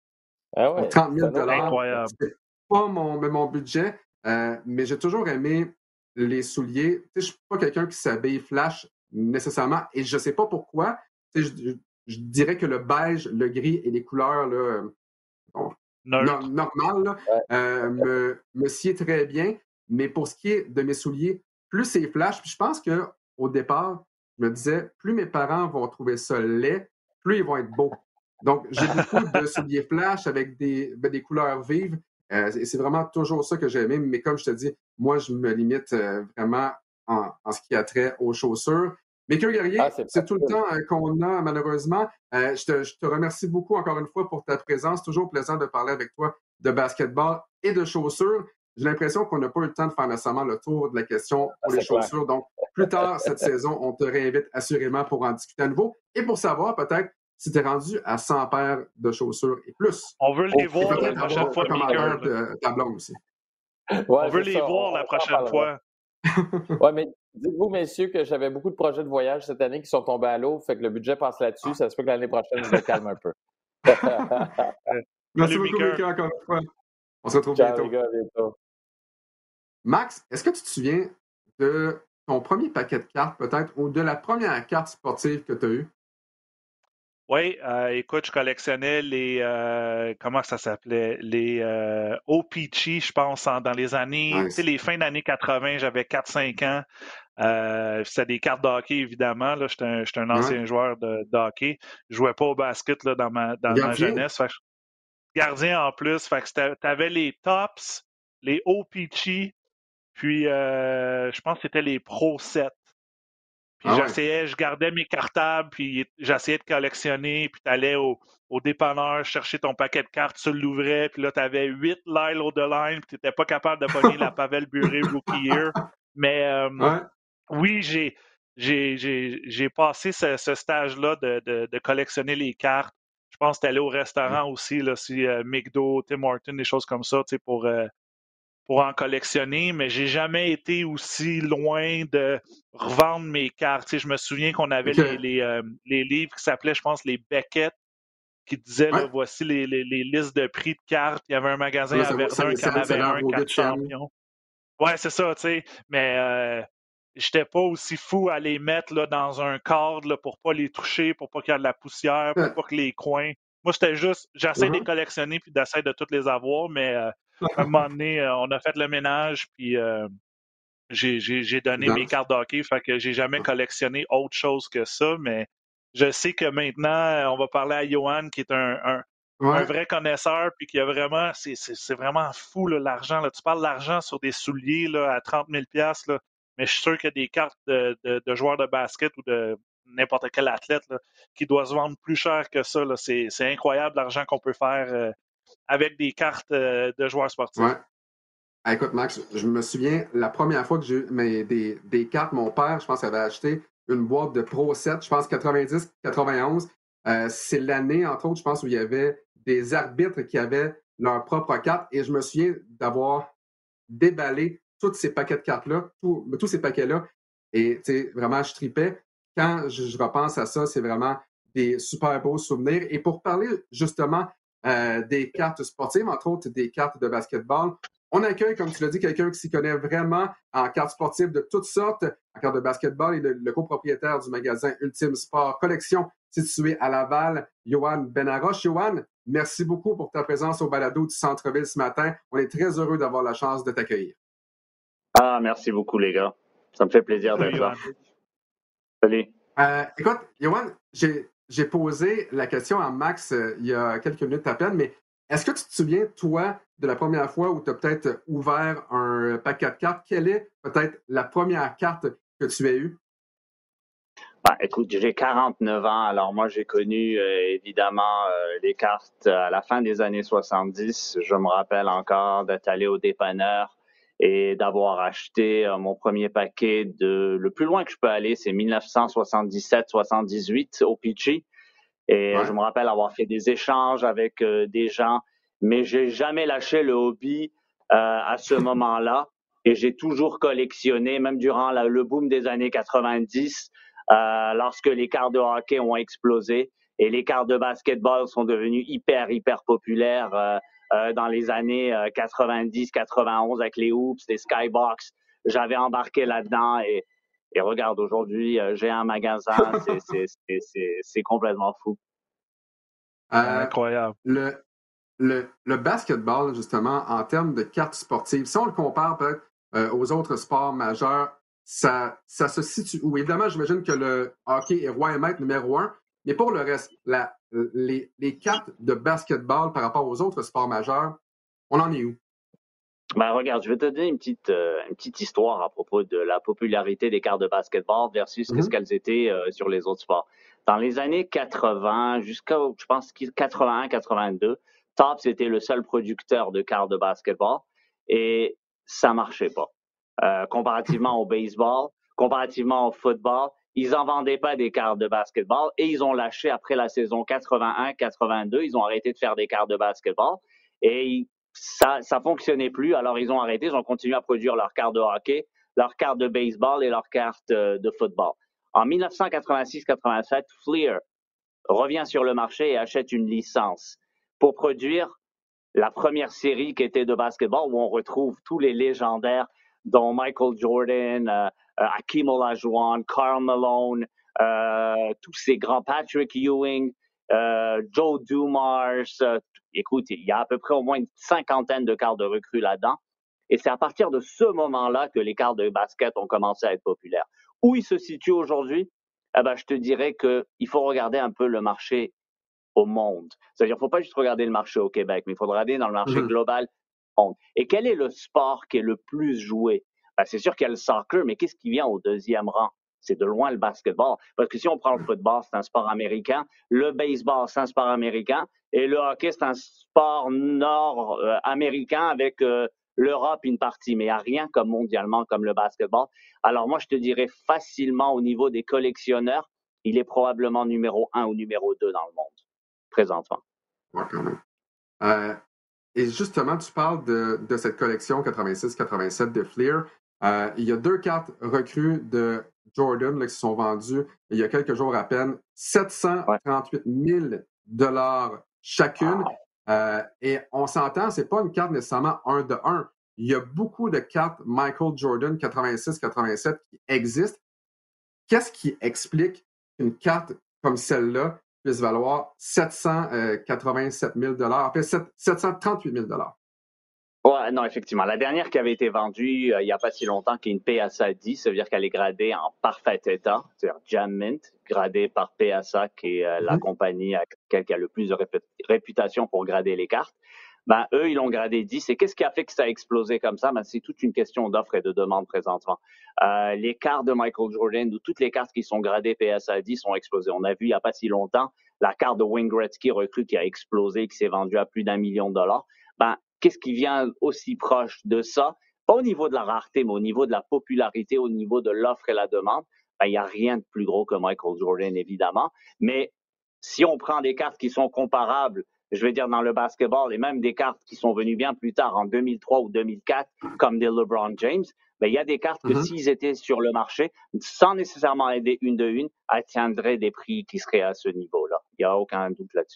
Ah ouais, trente mille dollars, c'est pas mon, mon budget. Euh, mais j'ai toujours aimé les souliers. Tu sais, je ne suis pas quelqu'un qui s'habille flash nécessairement et je ne sais pas pourquoi. Tu sais, je, je, je dirais que le beige, le gris et les couleurs là, bon, no, normales là, euh, me, me sied très bien. Mais pour ce qui est de mes souliers, plus c'est flash, puis je pense qu'au départ, je me disais, plus mes parents vont trouver ça laid, plus ils vont être beaux. Donc, j'ai beaucoup de souliers flash avec des, ben, des couleurs vives. Euh, et c'est vraiment toujours ça que j'ai aimé. Mais comme je te dis, moi, je me limite euh, vraiment en, en ce qui a trait aux chaussures. Mais que Guerrier, ah, c'est, c'est tout le temps euh, qu'on a, malheureusement. Euh, je, te, je te remercie beaucoup encore une fois pour ta présence. Toujours plaisant de parler avec toi de basketball et de chaussures. J'ai l'impression qu'on n'a pas eu le temps de faire nécessairement le tour de la question pour ah, les chaussures. Clair. Donc, plus tard cette saison, on te réinvite assurément pour en discuter à nouveau et pour savoir peut-être si tu es rendu à cent paires de chaussures et plus. On veut les voir la prochaine fois, Miguel. De ta blonde aussi. Ouais, on veut les ça. voir on, la prochaine fois. Oui, mais dites-vous, messieurs, que j'avais beaucoup de projets de voyage cette année qui sont tombés à l'eau, fait que le budget passe là-dessus. Ah. Ça se peut que l'année prochaine, je me calme un peu. Merci beaucoup, Mika, encore une fois. On se retrouve Ciao, bientôt. Les gars, bientôt. Max, est-ce que tu te souviens de ton premier paquet de cartes, peut-être, ou de la première carte sportive que tu as eue? Oui, euh, écoute, je collectionnais les, euh, comment ça s'appelait, les euh, O P C, je pense, en, dans les années, nice. Tu sais, les fins d'années quatre-vingts, j'avais quatre cinq ans. Euh, c'était des cartes de hockey, évidemment. Là, j'étais, un, j'étais un ancien ouais. joueur de, de hockey. Je jouais pas au basket là, dans ma, dans ma jeunesse. Fait que, gardien en plus. Fait que t'avais les tops, les O P C, puis euh, je pense que c'était les Pro sept. Puis ah j'essayais, ouais. je gardais mes cartables, puis j'essayais de collectionner, puis t'allais au, au dépanneur chercher ton paquet de cartes, tu l'ouvrais, puis là, t'avais huit Lyle O'Deline, puis t'étais pas capable de pogner la Pavel Bure Rookie Year. Mais euh, ouais. oui, j'ai, j'ai, j'ai, j'ai passé ce, ce stage-là de, de, de collectionner les cartes. Je pense que t'allais au restaurant ouais. aussi, là, si euh, McDo, Tim Hortons, des choses comme ça, tu sais, pour... Euh, pour en collectionner, mais j'ai jamais été aussi loin de revendre mes cartes. Tu sais, je me souviens qu'on avait okay. les, les, euh, les livres qui s'appelaient, je pense, les Beckett, qui disaient, ouais. là, voici les, les, les listes de prix de cartes. Il y avait un magasin là, à Verdun qui en avait un, quatre champions. Ouais, c'est ça, tu sais. Mais euh, j'étais pas aussi fou à les mettre là, dans un cadre là, pour pas les toucher, pour pas qu'il y ait de la poussière, pour ouais. pas que les coins... Moi, c'était juste, j'essaie uh-huh. de les collectionner puis d'essayer de toutes les avoir, mais... Euh, à un moment donné, euh, on a fait le ménage, puis euh, j'ai, j'ai, j'ai donné non. mes cartes de hockey, fait que j'ai jamais collectionné autre chose que ça, mais je sais que maintenant, on va parler à Johan, qui est un, un, ouais. un vrai connaisseur, puis qui a vraiment, c'est, c'est, c'est vraiment fou, là, l'argent. Là. Tu parles d'argent sur des souliers là, à trente mille dollars, là, mais je suis sûr qu'il y a des cartes de, de, de joueurs de basket ou de n'importe quel athlète là, qui doit se vendre plus cher que ça. Là. C'est, c'est incroyable l'argent qu'on peut faire euh, avec des cartes euh, de joueurs sportifs. Ouais. Ah, écoute, Max, je me souviens, la première fois que j'ai eu mais des, des cartes, mon père, je pense qu'il avait acheté une boîte de Pro sept, je pense quatre-vingt-dix quatre-vingt-onze. Euh, c'est l'année, entre autres, je pense, où il y avait des arbitres qui avaient leur propre carte. Et je me souviens d'avoir déballé tous ces paquets de cartes-là, tout, tous ces paquets-là. Et tu sais, vraiment, je tripais. Quand je, je repense à ça, c'est vraiment des super beaux souvenirs. Et pour parler justement euh, des cartes sportives, entre autres des cartes de basketball, on accueille, comme tu l'as dit, quelqu'un qui s'y connaît vraiment en cartes sportives de toutes sortes, en cartes de basketball, et le, le copropriétaire du magasin Ultime Sport Collection, situé à Laval, Johan Benaroche. Johan, merci beaucoup pour ta présence au balado du Centre-Ville ce matin. On est très heureux d'avoir la chance de t'accueillir. Ah, merci beaucoup, les gars. Ça me fait plaisir d'être là. Salut. Euh, écoute, Johan, j'ai, j'ai posé la question à Max euh, il y a quelques minutes à peine, mais est-ce que tu te souviens, toi, de la première fois où tu as peut-être ouvert un paquet de cartes? Quelle est peut-être la première carte que tu as eue? Ben, écoute, j'ai quarante-neuf ans, alors moi j'ai connu euh, évidemment euh, les cartes à la fin des années soixante-dix. Je me rappelle encore d'être allé au dépanneur et d'avoir acheté euh, mon premier paquet de... Le plus loin que je peux aller, c'est dix-neuf cent soixante-dix-sept soixante-dix-huit au Peachy. Et ouais. je me rappelle avoir fait des échanges avec euh, des gens, mais j'ai jamais lâché le hobby euh, à ce moment-là. Et j'ai toujours collectionné, même durant la, le boom des années quatre-vingt-dix, euh, lorsque les cartes de hockey ont explosé et les cartes de basketball sont devenues hyper, hyper populaires euh, euh, dans les années euh, quatre-vingt-dix quatre-vingt-onze avec les hoops, les skybox. J'avais embarqué là-dedans et Et regarde, aujourd'hui, euh, j'ai un magasin, c'est, c'est, c'est, c'est, c'est complètement fou. Euh, Incroyable. Le, le, le basketball, justement, en termes de cartes sportives, si on le compare peut-être euh, aux autres sports majeurs, ça, ça se situe où? Évidemment, j'imagine que le hockey est roi et maître numéro un, mais pour le reste, la, les, les cartes de basketball par rapport aux autres sports majeurs, on en est où? Ben, regarde, je vais te donner une petite, euh, une petite histoire à propos de la popularité des cartes de basketball versus Mm-hmm. ce qu'elles étaient euh, sur les autres sports. Dans les années quatre-vingts, jusqu'à, je pense, quatre-vingt-un quatre-vingt-deux, Topps était le seul producteur de cartes de basketball et ça marchait pas. Euh, comparativement au baseball, comparativement au football, ils en vendaient pas des cartes de basketball et ils ont lâché après la saison quatre-vingt-un quatre-vingt-deux, ils ont arrêté de faire des cartes de basketball et ça ça fonctionnait plus, alors ils ont arrêté, ils ont continué à produire leurs cartes de hockey, leurs cartes de baseball et leurs cartes euh, de football. En dix-neuf cent quatre-vingt-six quatre-vingt-sept, Fleer revient sur le marché et achète une licence pour produire la première série qui était de basketball où on retrouve tous les légendaires dont Michael Jordan, euh, Hakeem Olajuwon, Karl Malone, euh, tous ces grands, Patrick Ewing, euh, Joe Dumars. Euh, écoute, il y a à peu près au moins une cinquantaine de cartes de recrues là-dedans. Et c'est à partir de ce moment-là que les cartes de basket ont commencé à être populaires. Où ils se situent aujourd'hui? Eh ben, je te dirais qu'il faut regarder un peu le marché au monde. C'est-à-dire, il ne faut pas juste regarder le marché au Québec, mais il faut regarder dans le marché Mm-hmm. global au monde. Et quel est le sport qui est le plus joué? Ben, c'est sûr qu'il y a le soccer, mais qu'est-ce qui vient au deuxième rang? C'est de loin le basketball. Parce que si on prend le football, c'est un sport américain. Le baseball, c'est un sport américain. Et le hockey, c'est un sport nord-américain avec euh, l'Europe une partie. Mais il n'y a rien comme mondialement comme le basketball. Alors moi, je te dirais facilement au niveau des collectionneurs, il est probablement numéro un ou numéro deux dans le monde présentement. Ouais, quand même. Euh, et justement, tu parles de, de cette collection quatre-vingt-six quatre-vingt-sept de Fleer. Euh, il y a deux cartes recrues de Jordan là, qui sont vendues il y a quelques jours à peine, sept cent trente-huit mille dollars chacune. Euh, et on s'entend, c'est pas une carte nécessairement un de un. Il y a beaucoup de cartes Michael Jordan quatre-vingt-six quatre-vingt-sept qui existent. Qu'est-ce qui explique qu'une carte comme celle-là puisse valoir sept cent quatre-vingt-sept mille dollars, en fait sept cent trente-huit mille dollars? Ouais, non, effectivement. La dernière qui avait été vendue euh, il n'y a pas si longtemps, qui est une P S A dix, ça veut dire qu'elle est gradée en parfait état, c'est-à-dire Jam Mint, gradée par P S A, qui est euh, mm-hmm. la compagnie à laquelle qui a le plus de rép- réputation pour grader les cartes. Ben, eux, ils l'ont gradé dix. Et qu'est-ce qui a fait que ça a explosé comme ça? Ben, c'est toute une question d'offre et de demande présentement. Euh, les cartes de Michael Jordan ou toutes les cartes qui sont gradées P S A dix ont explosé. On a vu il n'y a pas si longtemps la carte de Wayne Gretzky recrue qui a explosé, qui s'est vendue à plus d'un million de dollars. Ben, qu'est-ce qui vient aussi proche de ça? Pas au niveau de la rareté, mais au niveau de la popularité, au niveau de l'offre et la demande. Ben, il n'y a rien de plus gros que Michael Jordan, évidemment. Mais si on prend des cartes qui sont comparables, je vais dire dans le basketball, et même des cartes qui sont venues bien plus tard, en deux mille trois ou deux mille quatre, comme des LeBron James, ben, il y a des cartes que mm-hmm. s'ils étaient sur le marché, sans nécessairement aider une de une, atteindrait des prix qui seraient à ce niveau-là. Il n'y a aucun doute là-dessus.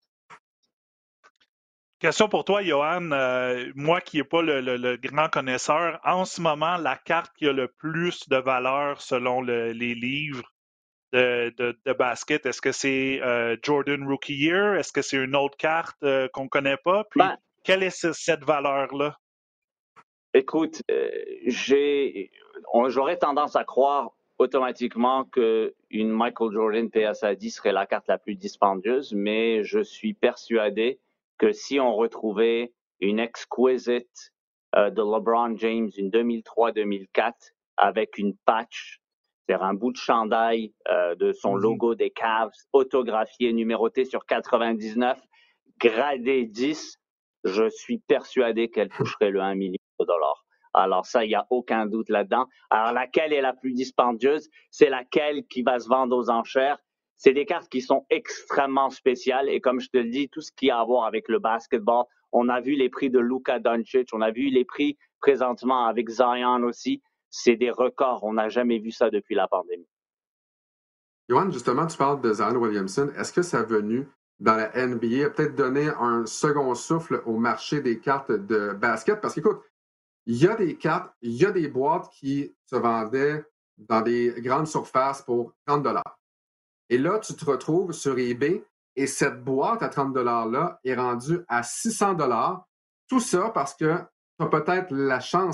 Question pour toi, Johan. Euh, moi qui n'ai pas le, le, le grand connaisseur, en ce moment, la carte qui a le plus de valeur selon le, les livres de, de, de basket, est-ce que c'est euh, Jordan Rookie Year? Est-ce que c'est une autre carte euh, qu'on ne connaît pas? Puis, ben, quelle est ce, cette valeur-là? Écoute, euh, j'ai, on, j'aurais tendance à croire automatiquement qu'une Michael Jordan P S A dix serait la carte la plus dispendieuse, mais je suis persuadé que si on retrouvait une exquisite euh, de LeBron James, une deux mille trois deux mille quatre, avec une patch, c'est-à-dire un bout de chandail euh, de son mm-hmm. logo des Cavs, autographié, numéroté sur quatre-vingt-dix-neuf, gradé dix, je suis persuadé qu'elle toucherait le un million de dollars. Alors ça, il n'y a aucun doute là-dedans. Alors laquelle est la plus dispendieuse? C'est laquelle qui va se vendre aux enchères? C'est des cartes qui sont extrêmement spéciales et comme je te le dis, tout ce qui a à voir avec le basketball, on a vu les prix de Luka Doncic, on a vu les prix présentement avec Zion aussi, c'est des records, on n'a jamais vu ça depuis la pandémie. Johan, justement, tu parles de Zion Williamson, est-ce que ça a venu dans la N B A peut-être donner un second souffle au marché des cartes de basket? Parce qu'écoute, il y a des cartes, il y a des boîtes qui se vendaient dans des grandes surfaces pour trente dollars. Et là, tu te retrouves sur eBay et cette boîte à trente dollars-là est rendue à six cents dollars. Tout ça parce que tu as peut-être la chance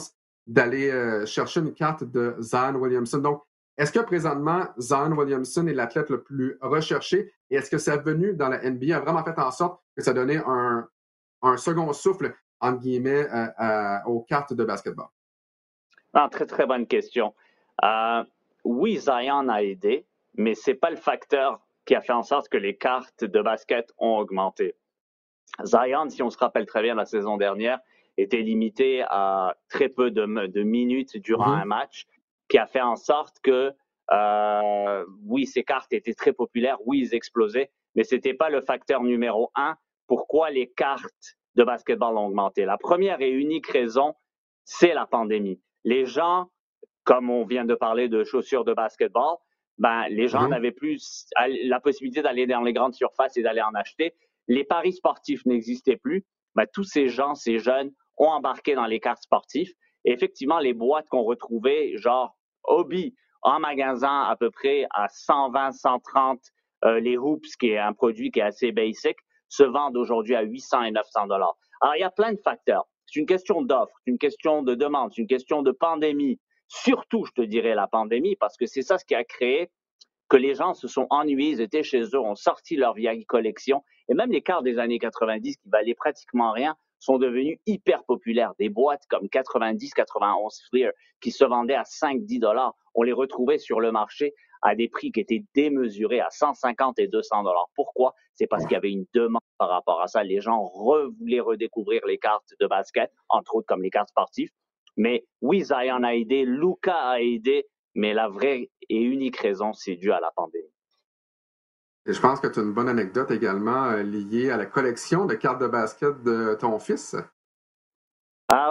d'aller euh, chercher une carte de Zion Williamson. Donc, est-ce que présentement, Zion Williamson est l'athlète le plus recherché et est-ce que sa venue dans la N B A a vraiment fait en sorte que ça donnait un, un second souffle, entre guillemets, euh, euh, aux cartes de basketball? Ah, très, très bonne question. Euh, oui, Zion a aidé, mais ce n'est pas le facteur qui a fait en sorte que les cartes de basket ont augmenté. Zion, si on se rappelle très bien la saison dernière, était limité à très peu de, de minutes durant mm-hmm. un match, qui a fait en sorte que, euh, oui, ces cartes étaient très populaires, oui, ils explosaient, mais ce n'était pas le facteur numéro un pourquoi les cartes de basketball ont augmenté. La première et unique raison, c'est la pandémie. Les gens, comme on vient de parler de chaussures de basketball, ben, les gens mm-hmm. n'avaient plus la possibilité d'aller dans les grandes surfaces et d'aller en acheter. Les paris sportifs n'existaient plus. Ben, tous ces gens, ces jeunes, ont embarqué dans les cartes sportives. Et effectivement, les boîtes qu'on retrouvait, genre Hobby, en magasin à peu près à cent vingt, cent trente, euh, les Hoops, qui est un produit qui est assez basic, se vendent aujourd'hui à huit cents et neuf cents dollars. Alors, il y a plein de facteurs. C'est une question d'offre, c'est une question de demande, c'est une question de pandémie. Surtout, je te dirais, la pandémie, parce que c'est ça ce qui a créé que les gens se sont ennuyés, ils étaient chez eux, ont sorti leur vieille collection. Et même les cartes des années quatre-vingt-dix qui valaient pratiquement rien sont devenues hyper populaires. Des boîtes comme quatre-vingt-dix quatre-vingt-onze Fleer qui se vendaient à cinq à dix dollars, on les retrouvait sur le marché à des prix qui étaient démesurés à cent cinquante et deux cents dollars. Pourquoi? C'est parce qu'il y avait une demande par rapport à ça. Les gens re- voulaient redécouvrir les cartes de basket, entre autres comme les cartes sportives. Mais oui, Zion a aidé, Luka a aidé, mais la vraie et unique raison, c'est dû à la pandémie. Et je pense que tu as une bonne anecdote également euh, liée à la collection de cartes de basket de ton fils. Ah,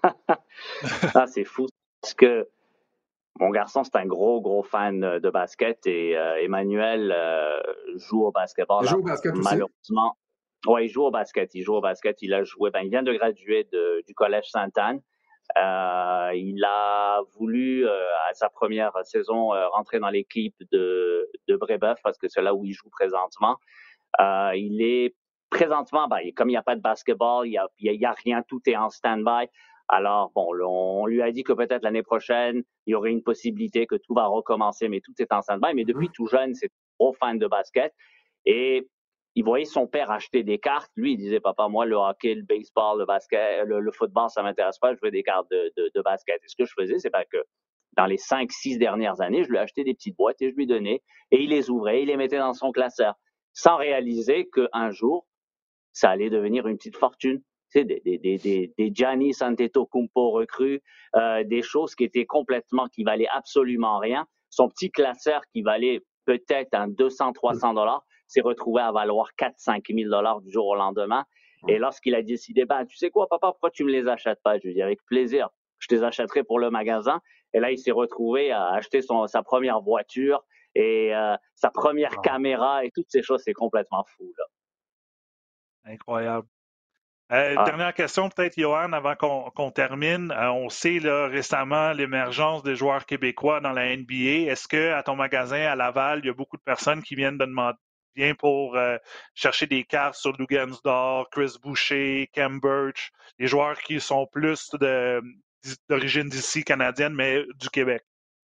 ah c'est fou. Parce que mon garçon, c'est un gros, gros fan de basket et euh, Emmanuel euh, joue au basketball. Il joue au basket aussi? Malheureusement. Oui, il joue au basket. Il joue au basket. Il a joué. Ben, il vient de graduer de, du Collège Sainte-Anne. Euh, il a voulu, euh, à sa première saison, euh, rentrer dans l'équipe de, de Brébeuf parce que c'est là où il joue présentement. Euh, il est présentement, ben, comme il n'y a pas de basketball, il n'y a, il a rien, tout est en stand-by. Alors, bon, on lui a dit que peut-être l'année prochaine, il y aurait une possibilité que tout va recommencer, mais tout est en stand-by. Mais depuis mmh. tout jeune, c'est un gros fan de basket. Et il voyait son père acheter des cartes. Lui, il disait, papa, moi, le hockey, le baseball, le basket, le, le football, ça m'intéresse pas. Je veux des cartes de, de, de basket. Et ce que je faisais, c'est que dans les cinq, six dernières années, je lui achetais des petites boîtes et je lui donnais. Et il les ouvrait, il les mettait dans son classeur, sans réaliser qu'un jour, ça allait devenir une petite fortune. Tu sais, des, des, des, des, des Giannis Antetokounmpo recrues, euh, des choses qui étaient complètement, qui valaient absolument rien. Son petit classeur qui valait peut-être un deux cents, trois cents dollars s'est retrouvé à valoir quatre, cinq mille dollars du jour au lendemain. Et lorsqu'il a décidé, ben, tu sais quoi, papa, pourquoi tu me les achètes pas? Je lui ai dit, avec plaisir, je te les achèterai pour le magasin. Et là, il s'est retrouvé à acheter son, sa première voiture et euh, sa première wow. caméra et toutes ces choses. C'est complètement fou, là. Incroyable. Euh, ah. Dernière question, peut-être, Johan, avant qu'on, qu'on termine. Euh, on sait là, récemment l'émergence des joueurs québécois dans la N B A. Est-ce qu'à ton magasin à Laval, il y a beaucoup de personnes qui viennent de demander bien pour euh, chercher des cartes sur Lugansdor, Chris Boucher, Cam Birch, les joueurs qui sont plus de, d'origine d'ici canadienne, mais du Québec?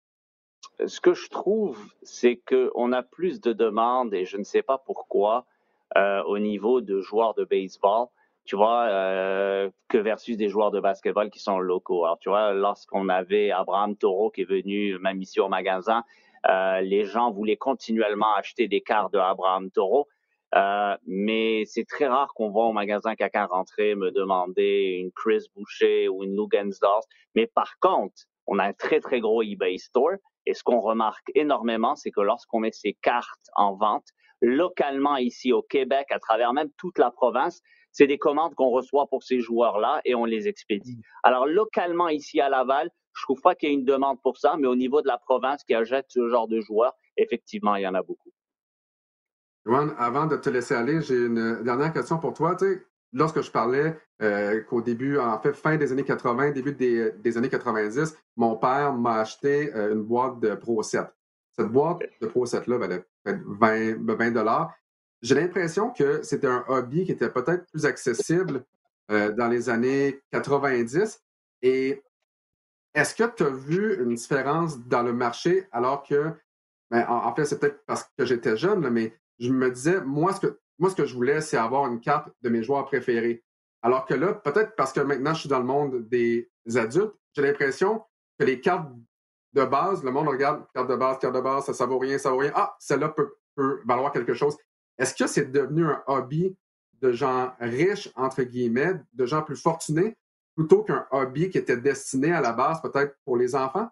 Ce que je trouve, c'est qu'on a plus de demandes, et je ne sais pas pourquoi, euh, au niveau de joueurs de baseball, tu vois, euh, que versus des joueurs de basketball qui sont locaux. Alors, tu vois, lorsqu'on avait Abraham Taureau qui est venu, même ici au magasin, euh, les gens voulaient continuellement acheter des cartes de Abraham Taureau. Euh, mais c'est très rare qu'on voit au magasin quelqu'un rentrer me demander une Chris Boucher ou une Lugansdorf. Mais par contre, on a un très, très gros eBay store. Et ce qu'on remarque énormément, c'est que lorsqu'on met ces cartes en vente, localement ici au Québec, à travers même toute la province, c'est des commandes qu'on reçoit pour ces joueurs-là et on les expédie. Alors, localement ici à Laval, je trouve pas qu'il y ait une demande pour ça, mais au niveau de la province qui achète ce genre de joueurs, effectivement, il y en a beaucoup. Johan, avant de te laisser aller, j'ai une dernière question pour toi. Tu sais, lorsque je parlais euh, qu'au début, en fait, fin des années quatre-vingts, début des, des années quatre-vingt-dix, mon père m'a acheté euh, une boîte de Pro sept. Cette boîte de Pro sept-là valait vingt dollars. J'ai l'impression que c'était un hobby qui était peut-être plus accessible euh, dans les années quatre-vingt-dix. Et est-ce que tu as vu une différence dans le marché alors que, ben, en, en fait, c'est peut-être parce que j'étais jeune, là, mais je me disais, moi, ce que, moi, ce que je voulais, c'est avoir une carte de mes joueurs préférés. Alors que là, peut-être parce que maintenant, je suis dans le monde des adultes, j'ai l'impression que les cartes de base, le monde regarde, carte de base, carte de base, ça, ça vaut rien, ça vaut rien. Ah, celle-là peut, peut valoir quelque chose. Est-ce que c'est devenu un hobby de gens riches, entre guillemets, de gens plus fortunés, plutôt qu'un hobby qui était destiné à la base peut-être pour les enfants?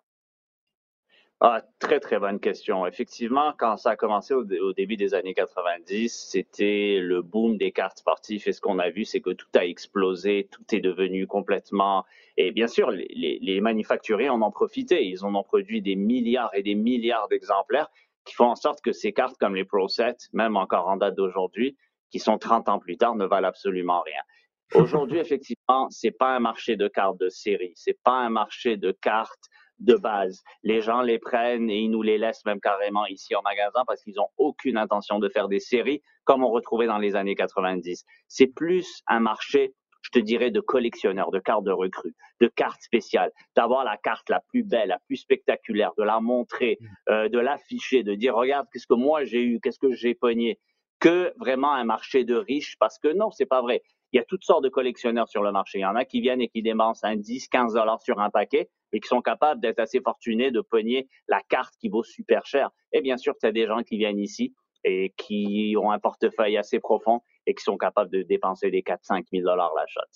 Ah, très, très bonne question. Effectivement, quand ça a commencé au, au début des années quatre-vingt-dix, c'était le boom des cartes sportives et ce qu'on a vu, c'est que tout a explosé, tout est devenu complètement... Et bien sûr, les, les, les manufacturiers en ont profité. Ils en ont produit des milliards et des milliards d'exemplaires qui font en sorte que ces cartes comme les Pro Sets, même encore en date d'aujourd'hui, qui sont trente ans plus tard, ne valent absolument rien. Aujourd'hui, effectivement, c'est pas un marché de cartes de série, c'est pas un marché de cartes de base. Les gens les prennent et ils nous les laissent même carrément ici en magasin parce qu'ils n'ont aucune intention de faire des séries comme on retrouvait dans les années quatre-vingt-dix. C'est plus un marché, je te dirais, de collectionneurs, de cartes de recrues, de cartes spéciales, d'avoir la carte la plus belle, la plus spectaculaire, de la montrer, euh, de l'afficher, de dire regarde qu'est-ce que moi j'ai eu, qu'est-ce que j'ai pogné, que vraiment un marché de riches parce que non, c'est pas vrai. Il y a toutes sortes de collectionneurs sur le marché. Il y en a qui viennent et qui dépensent un dix, quinze dollars sur un paquet et qui sont capables d'être assez fortunés de pogner la carte qui vaut super cher. Et bien sûr, tu as des gens qui viennent ici et qui ont un portefeuille assez profond et qui sont capables de dépenser des quatre à cinq mille dollars la shot.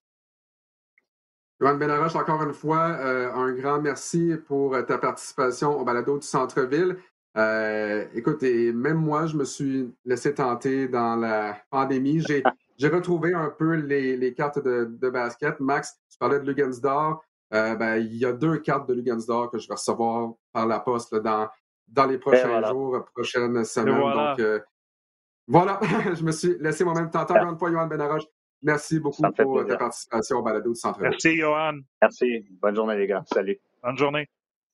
Yoann Benaroche, encore une fois, euh, un grand merci pour ta participation au balado du Centre-Ville. Euh, écoute, et même moi, je me suis laissé tenter dans la pandémie. J'ai, j'ai retrouvé un peu les, les cartes de, de basket. Max, tu parlais de Lugansdor. Euh, ben, il y a deux cartes de Lugansdor que je vais recevoir par la poste là, dans, dans les prochains voilà. jours, prochaines semaines. Voilà. Donc, euh, voilà, je me suis laissé moi-même tenter. Encore une fois, Yoann Benaroche. Merci beaucoup pour plaisir. Ta participation au balado du Centre-Ville. Merci, Yoann. Merci. Bonne journée, les gars. Salut. Bonne journée.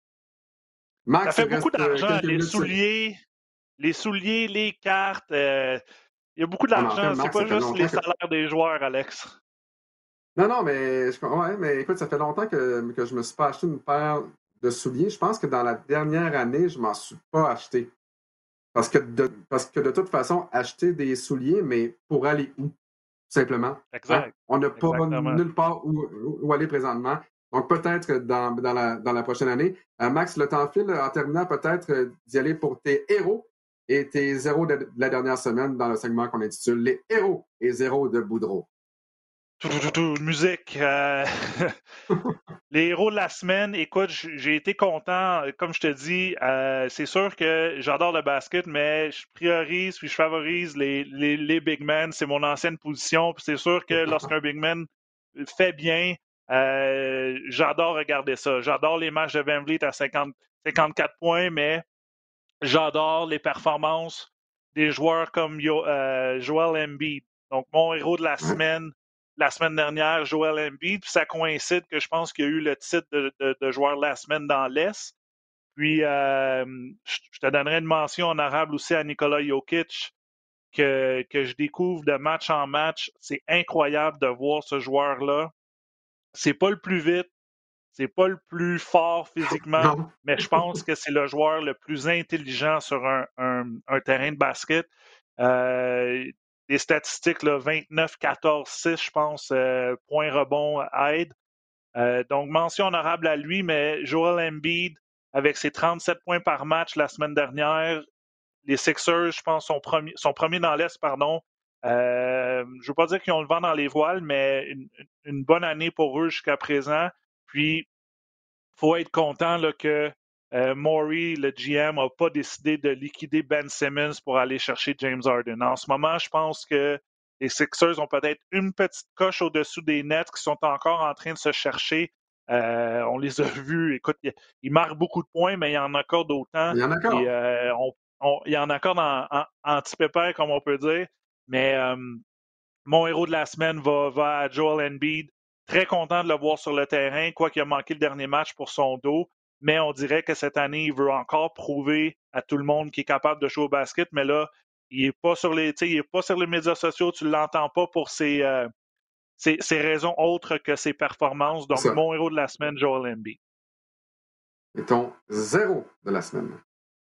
Max, ça fait beaucoup d'argent, les souliers, les souliers, les cartes. Euh, il y a beaucoup d'argent. C'est pas juste les salaires que... des joueurs, Alex. Non, non, mais, je, ouais, mais écoute, ça fait longtemps que, que je me suis pas acheté une paire de souliers. Je pense que dans la dernière année, je m'en suis pas acheté. Parce que, de, parce que de toute façon, acheter des souliers, mais pour aller où? Simplement. Exact. Hein? On n'a pas nulle part où, où aller présentement. Donc, peut-être dans, dans, la, dans la prochaine année. Euh, Max, le temps file en terminant peut-être euh, d'y aller pour tes héros et tes zéros de, de la dernière semaine dans le segment qu'on intitule Les héros et zéros de Boudreau. Tout, tout, tout, tout, musique. Euh... Les héros de la semaine, écoute, j'ai été content. Comme je te dis, euh, c'est sûr que j'adore le basket, mais je priorise puis je favorise les, les, les big men. C'est mon ancienne position. Puis c'est sûr que lorsqu'un big man fait bien, euh, j'adore regarder ça. J'adore les matchs de Van Vliet à cinquante, cinquante-quatre points, mais j'adore les performances des joueurs comme Yo, euh, Joel Embiid. Donc, mon héros de la semaine, la semaine dernière, Joel Embiid. Puis ça coïncide que je pense qu'il y a eu le titre de, de, de joueur de la semaine dans l'Est. Puis, euh, je te donnerai une mention honorable aussi à Nikola Jokic, que, que je découvre de match en match. C'est incroyable de voir ce joueur-là. C'est pas le plus vite, c'est pas le plus fort physiquement, non. Mais je pense que c'est le joueur le plus intelligent sur un, un, un terrain de basket. Euh, des statistiques, là, vingt-neuf, quatorze, six, je pense, euh, points rebond, aide. Euh, donc, mention honorable à lui, mais Joel Embiid, avec ses trente-sept points par match la semaine dernière, les Sixers, je pense, sont premiers, sont premiers dans l'Est, pardon. Euh, je ne veux pas dire qu'ils ont le vent dans les voiles, mais une, une bonne année pour eux jusqu'à présent. Puis, il faut être content là, que euh, Morey, le G M, n'a pas décidé de liquider Ben Simmons pour aller chercher James Harden. En ce moment, je pense que les Sixers ont peut-être une petite coche au-dessous des Nets qui sont encore en train de se chercher. Euh, on les a vus. Écoute, ils marquent beaucoup de points, mais il y en a encore d'autant. Il y en a encore. Et, euh, on, on, il y en a encore en, en, en petit pépère, comme on peut dire. Mais euh, mon héros de la semaine va, va à Joel Embiid. Très content de le voir sur le terrain, quoi qu'il a manqué le dernier match pour son dos. Mais on dirait que cette année, il veut encore prouver à tout le monde qu'il est capable de jouer au basket. Mais là, il n'est pas sur les, il est pas sur les médias sociaux. Tu ne l'entends pas pour ses, euh, ses, ses raisons autres que ses performances. Donc, mon héros de la semaine, Joel Embiid. Et ton zéro de la semaine?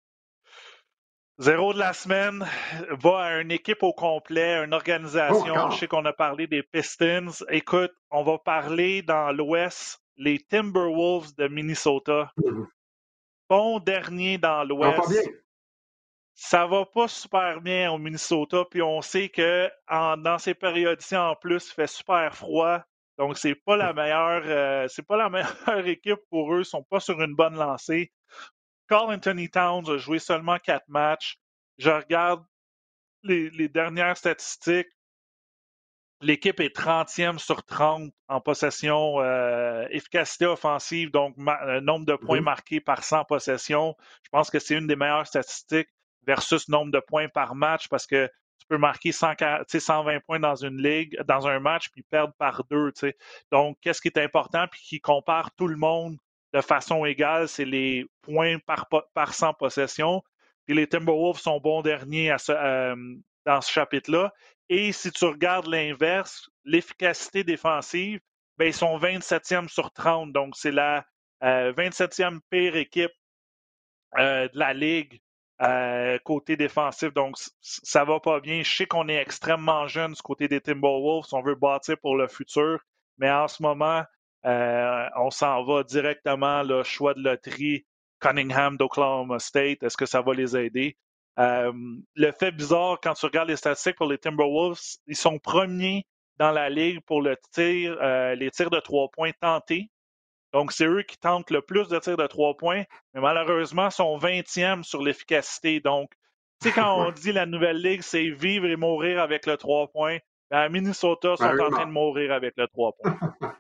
Zéro de la semaine va à une équipe au complet, une organisation. Oh, Je sais qu'on a parlé des Pistons. Écoute, on va parler dans l'Ouest, les Timberwolves de Minnesota. Mm-hmm. Bon dernier dans Non, pas bien. l'Ouest. Ça va pas super bien au Minnesota, puis on sait que en, dans ces périodes-ci, en plus, il fait super froid. Donc, c'est pas la meilleure, euh, c'est pas la meilleure équipe pour eux. Ils sont pas sur une bonne lancée. Karl Anthony Towns a joué seulement quatre matchs. Je regarde les, les dernières statistiques. L'équipe est trentième sur trente en possession, euh, efficacité offensive, donc ma- nombre de points mm-hmm. marqués par cent possessions. Je pense que c'est une des meilleures statistiques versus nombre de points par match parce que tu peux marquer cent, cent vingt points dans une ligue, dans un match, puis perdre par deux. T'sais. Donc, qu'est-ce qui est important puis qui compare tout le monde de façon égale, c'est les points par, par cent possessions. Puis les Timberwolves sont bons derniers à ce, euh, dans ce chapitre-là. Et si tu regardes l'inverse, l'efficacité défensive, ben, ils sont vingt-septième sur trente. Donc, c'est la euh, vingt-septième pire équipe euh, de la Ligue euh, côté défensif. Donc, ça va pas bien. Je sais qu'on est extrêmement jeune du côté des Timberwolves. On veut bâtir pour le futur. Mais en ce moment, euh, on s'en va directement, le choix de loterie Cunningham d'Oklahoma State. Est-ce que ça va les aider? Euh, le fait bizarre, quand tu regardes les statistiques pour les Timberwolves, ils sont premiers dans la ligue pour le tir, euh, les tirs de trois points tentés. Donc, c'est eux qui tentent le plus de tirs de trois points, mais malheureusement, sont vingtième sur l'efficacité. Donc, tu sais, quand on dit la nouvelle ligue, c'est vivre et mourir avec le trois points, ben à Minnesota, sont Vraiment. en train de mourir avec le trois points.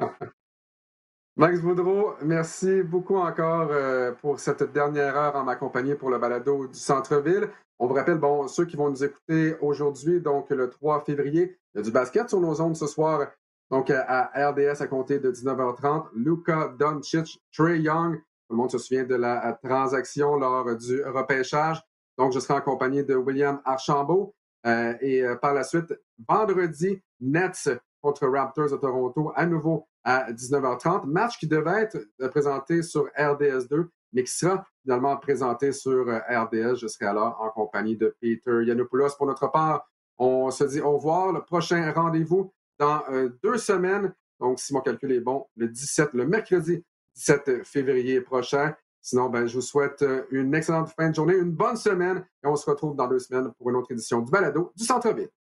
Max Boudreau, merci beaucoup encore euh, pour cette dernière heure en ma compagnie pour le balado du Centre-Ville. On vous rappelle, bon, ceux qui vont nous écouter aujourd'hui, donc le trois février, il y a du basket sur nos ondes ce soir, donc à R D S à compter de dix-neuf heures trente. Luka Doncic, Trae Young, tout le monde se souvient de la transaction lors du repêchage. Donc, je serai en compagnie de William Archambault. Euh, et euh, par la suite, vendredi, Nets contre Raptors de Toronto, à nouveau à dix-neuf heures trente. Match qui devait être présenté sur R D S deux, mais qui sera finalement présenté sur R D S. Je serai alors en compagnie de Peter Yiannopoulos. Pour notre part, on se dit au revoir. Le prochain rendez-vous dans euh, deux semaines. Donc, si mon calcul est bon, le dix-sept, le mercredi dix-sept février prochain. Sinon, ben, je vous souhaite une excellente fin de journée, une bonne semaine et on se retrouve dans deux semaines pour une autre édition du Balado du Centre-Ville.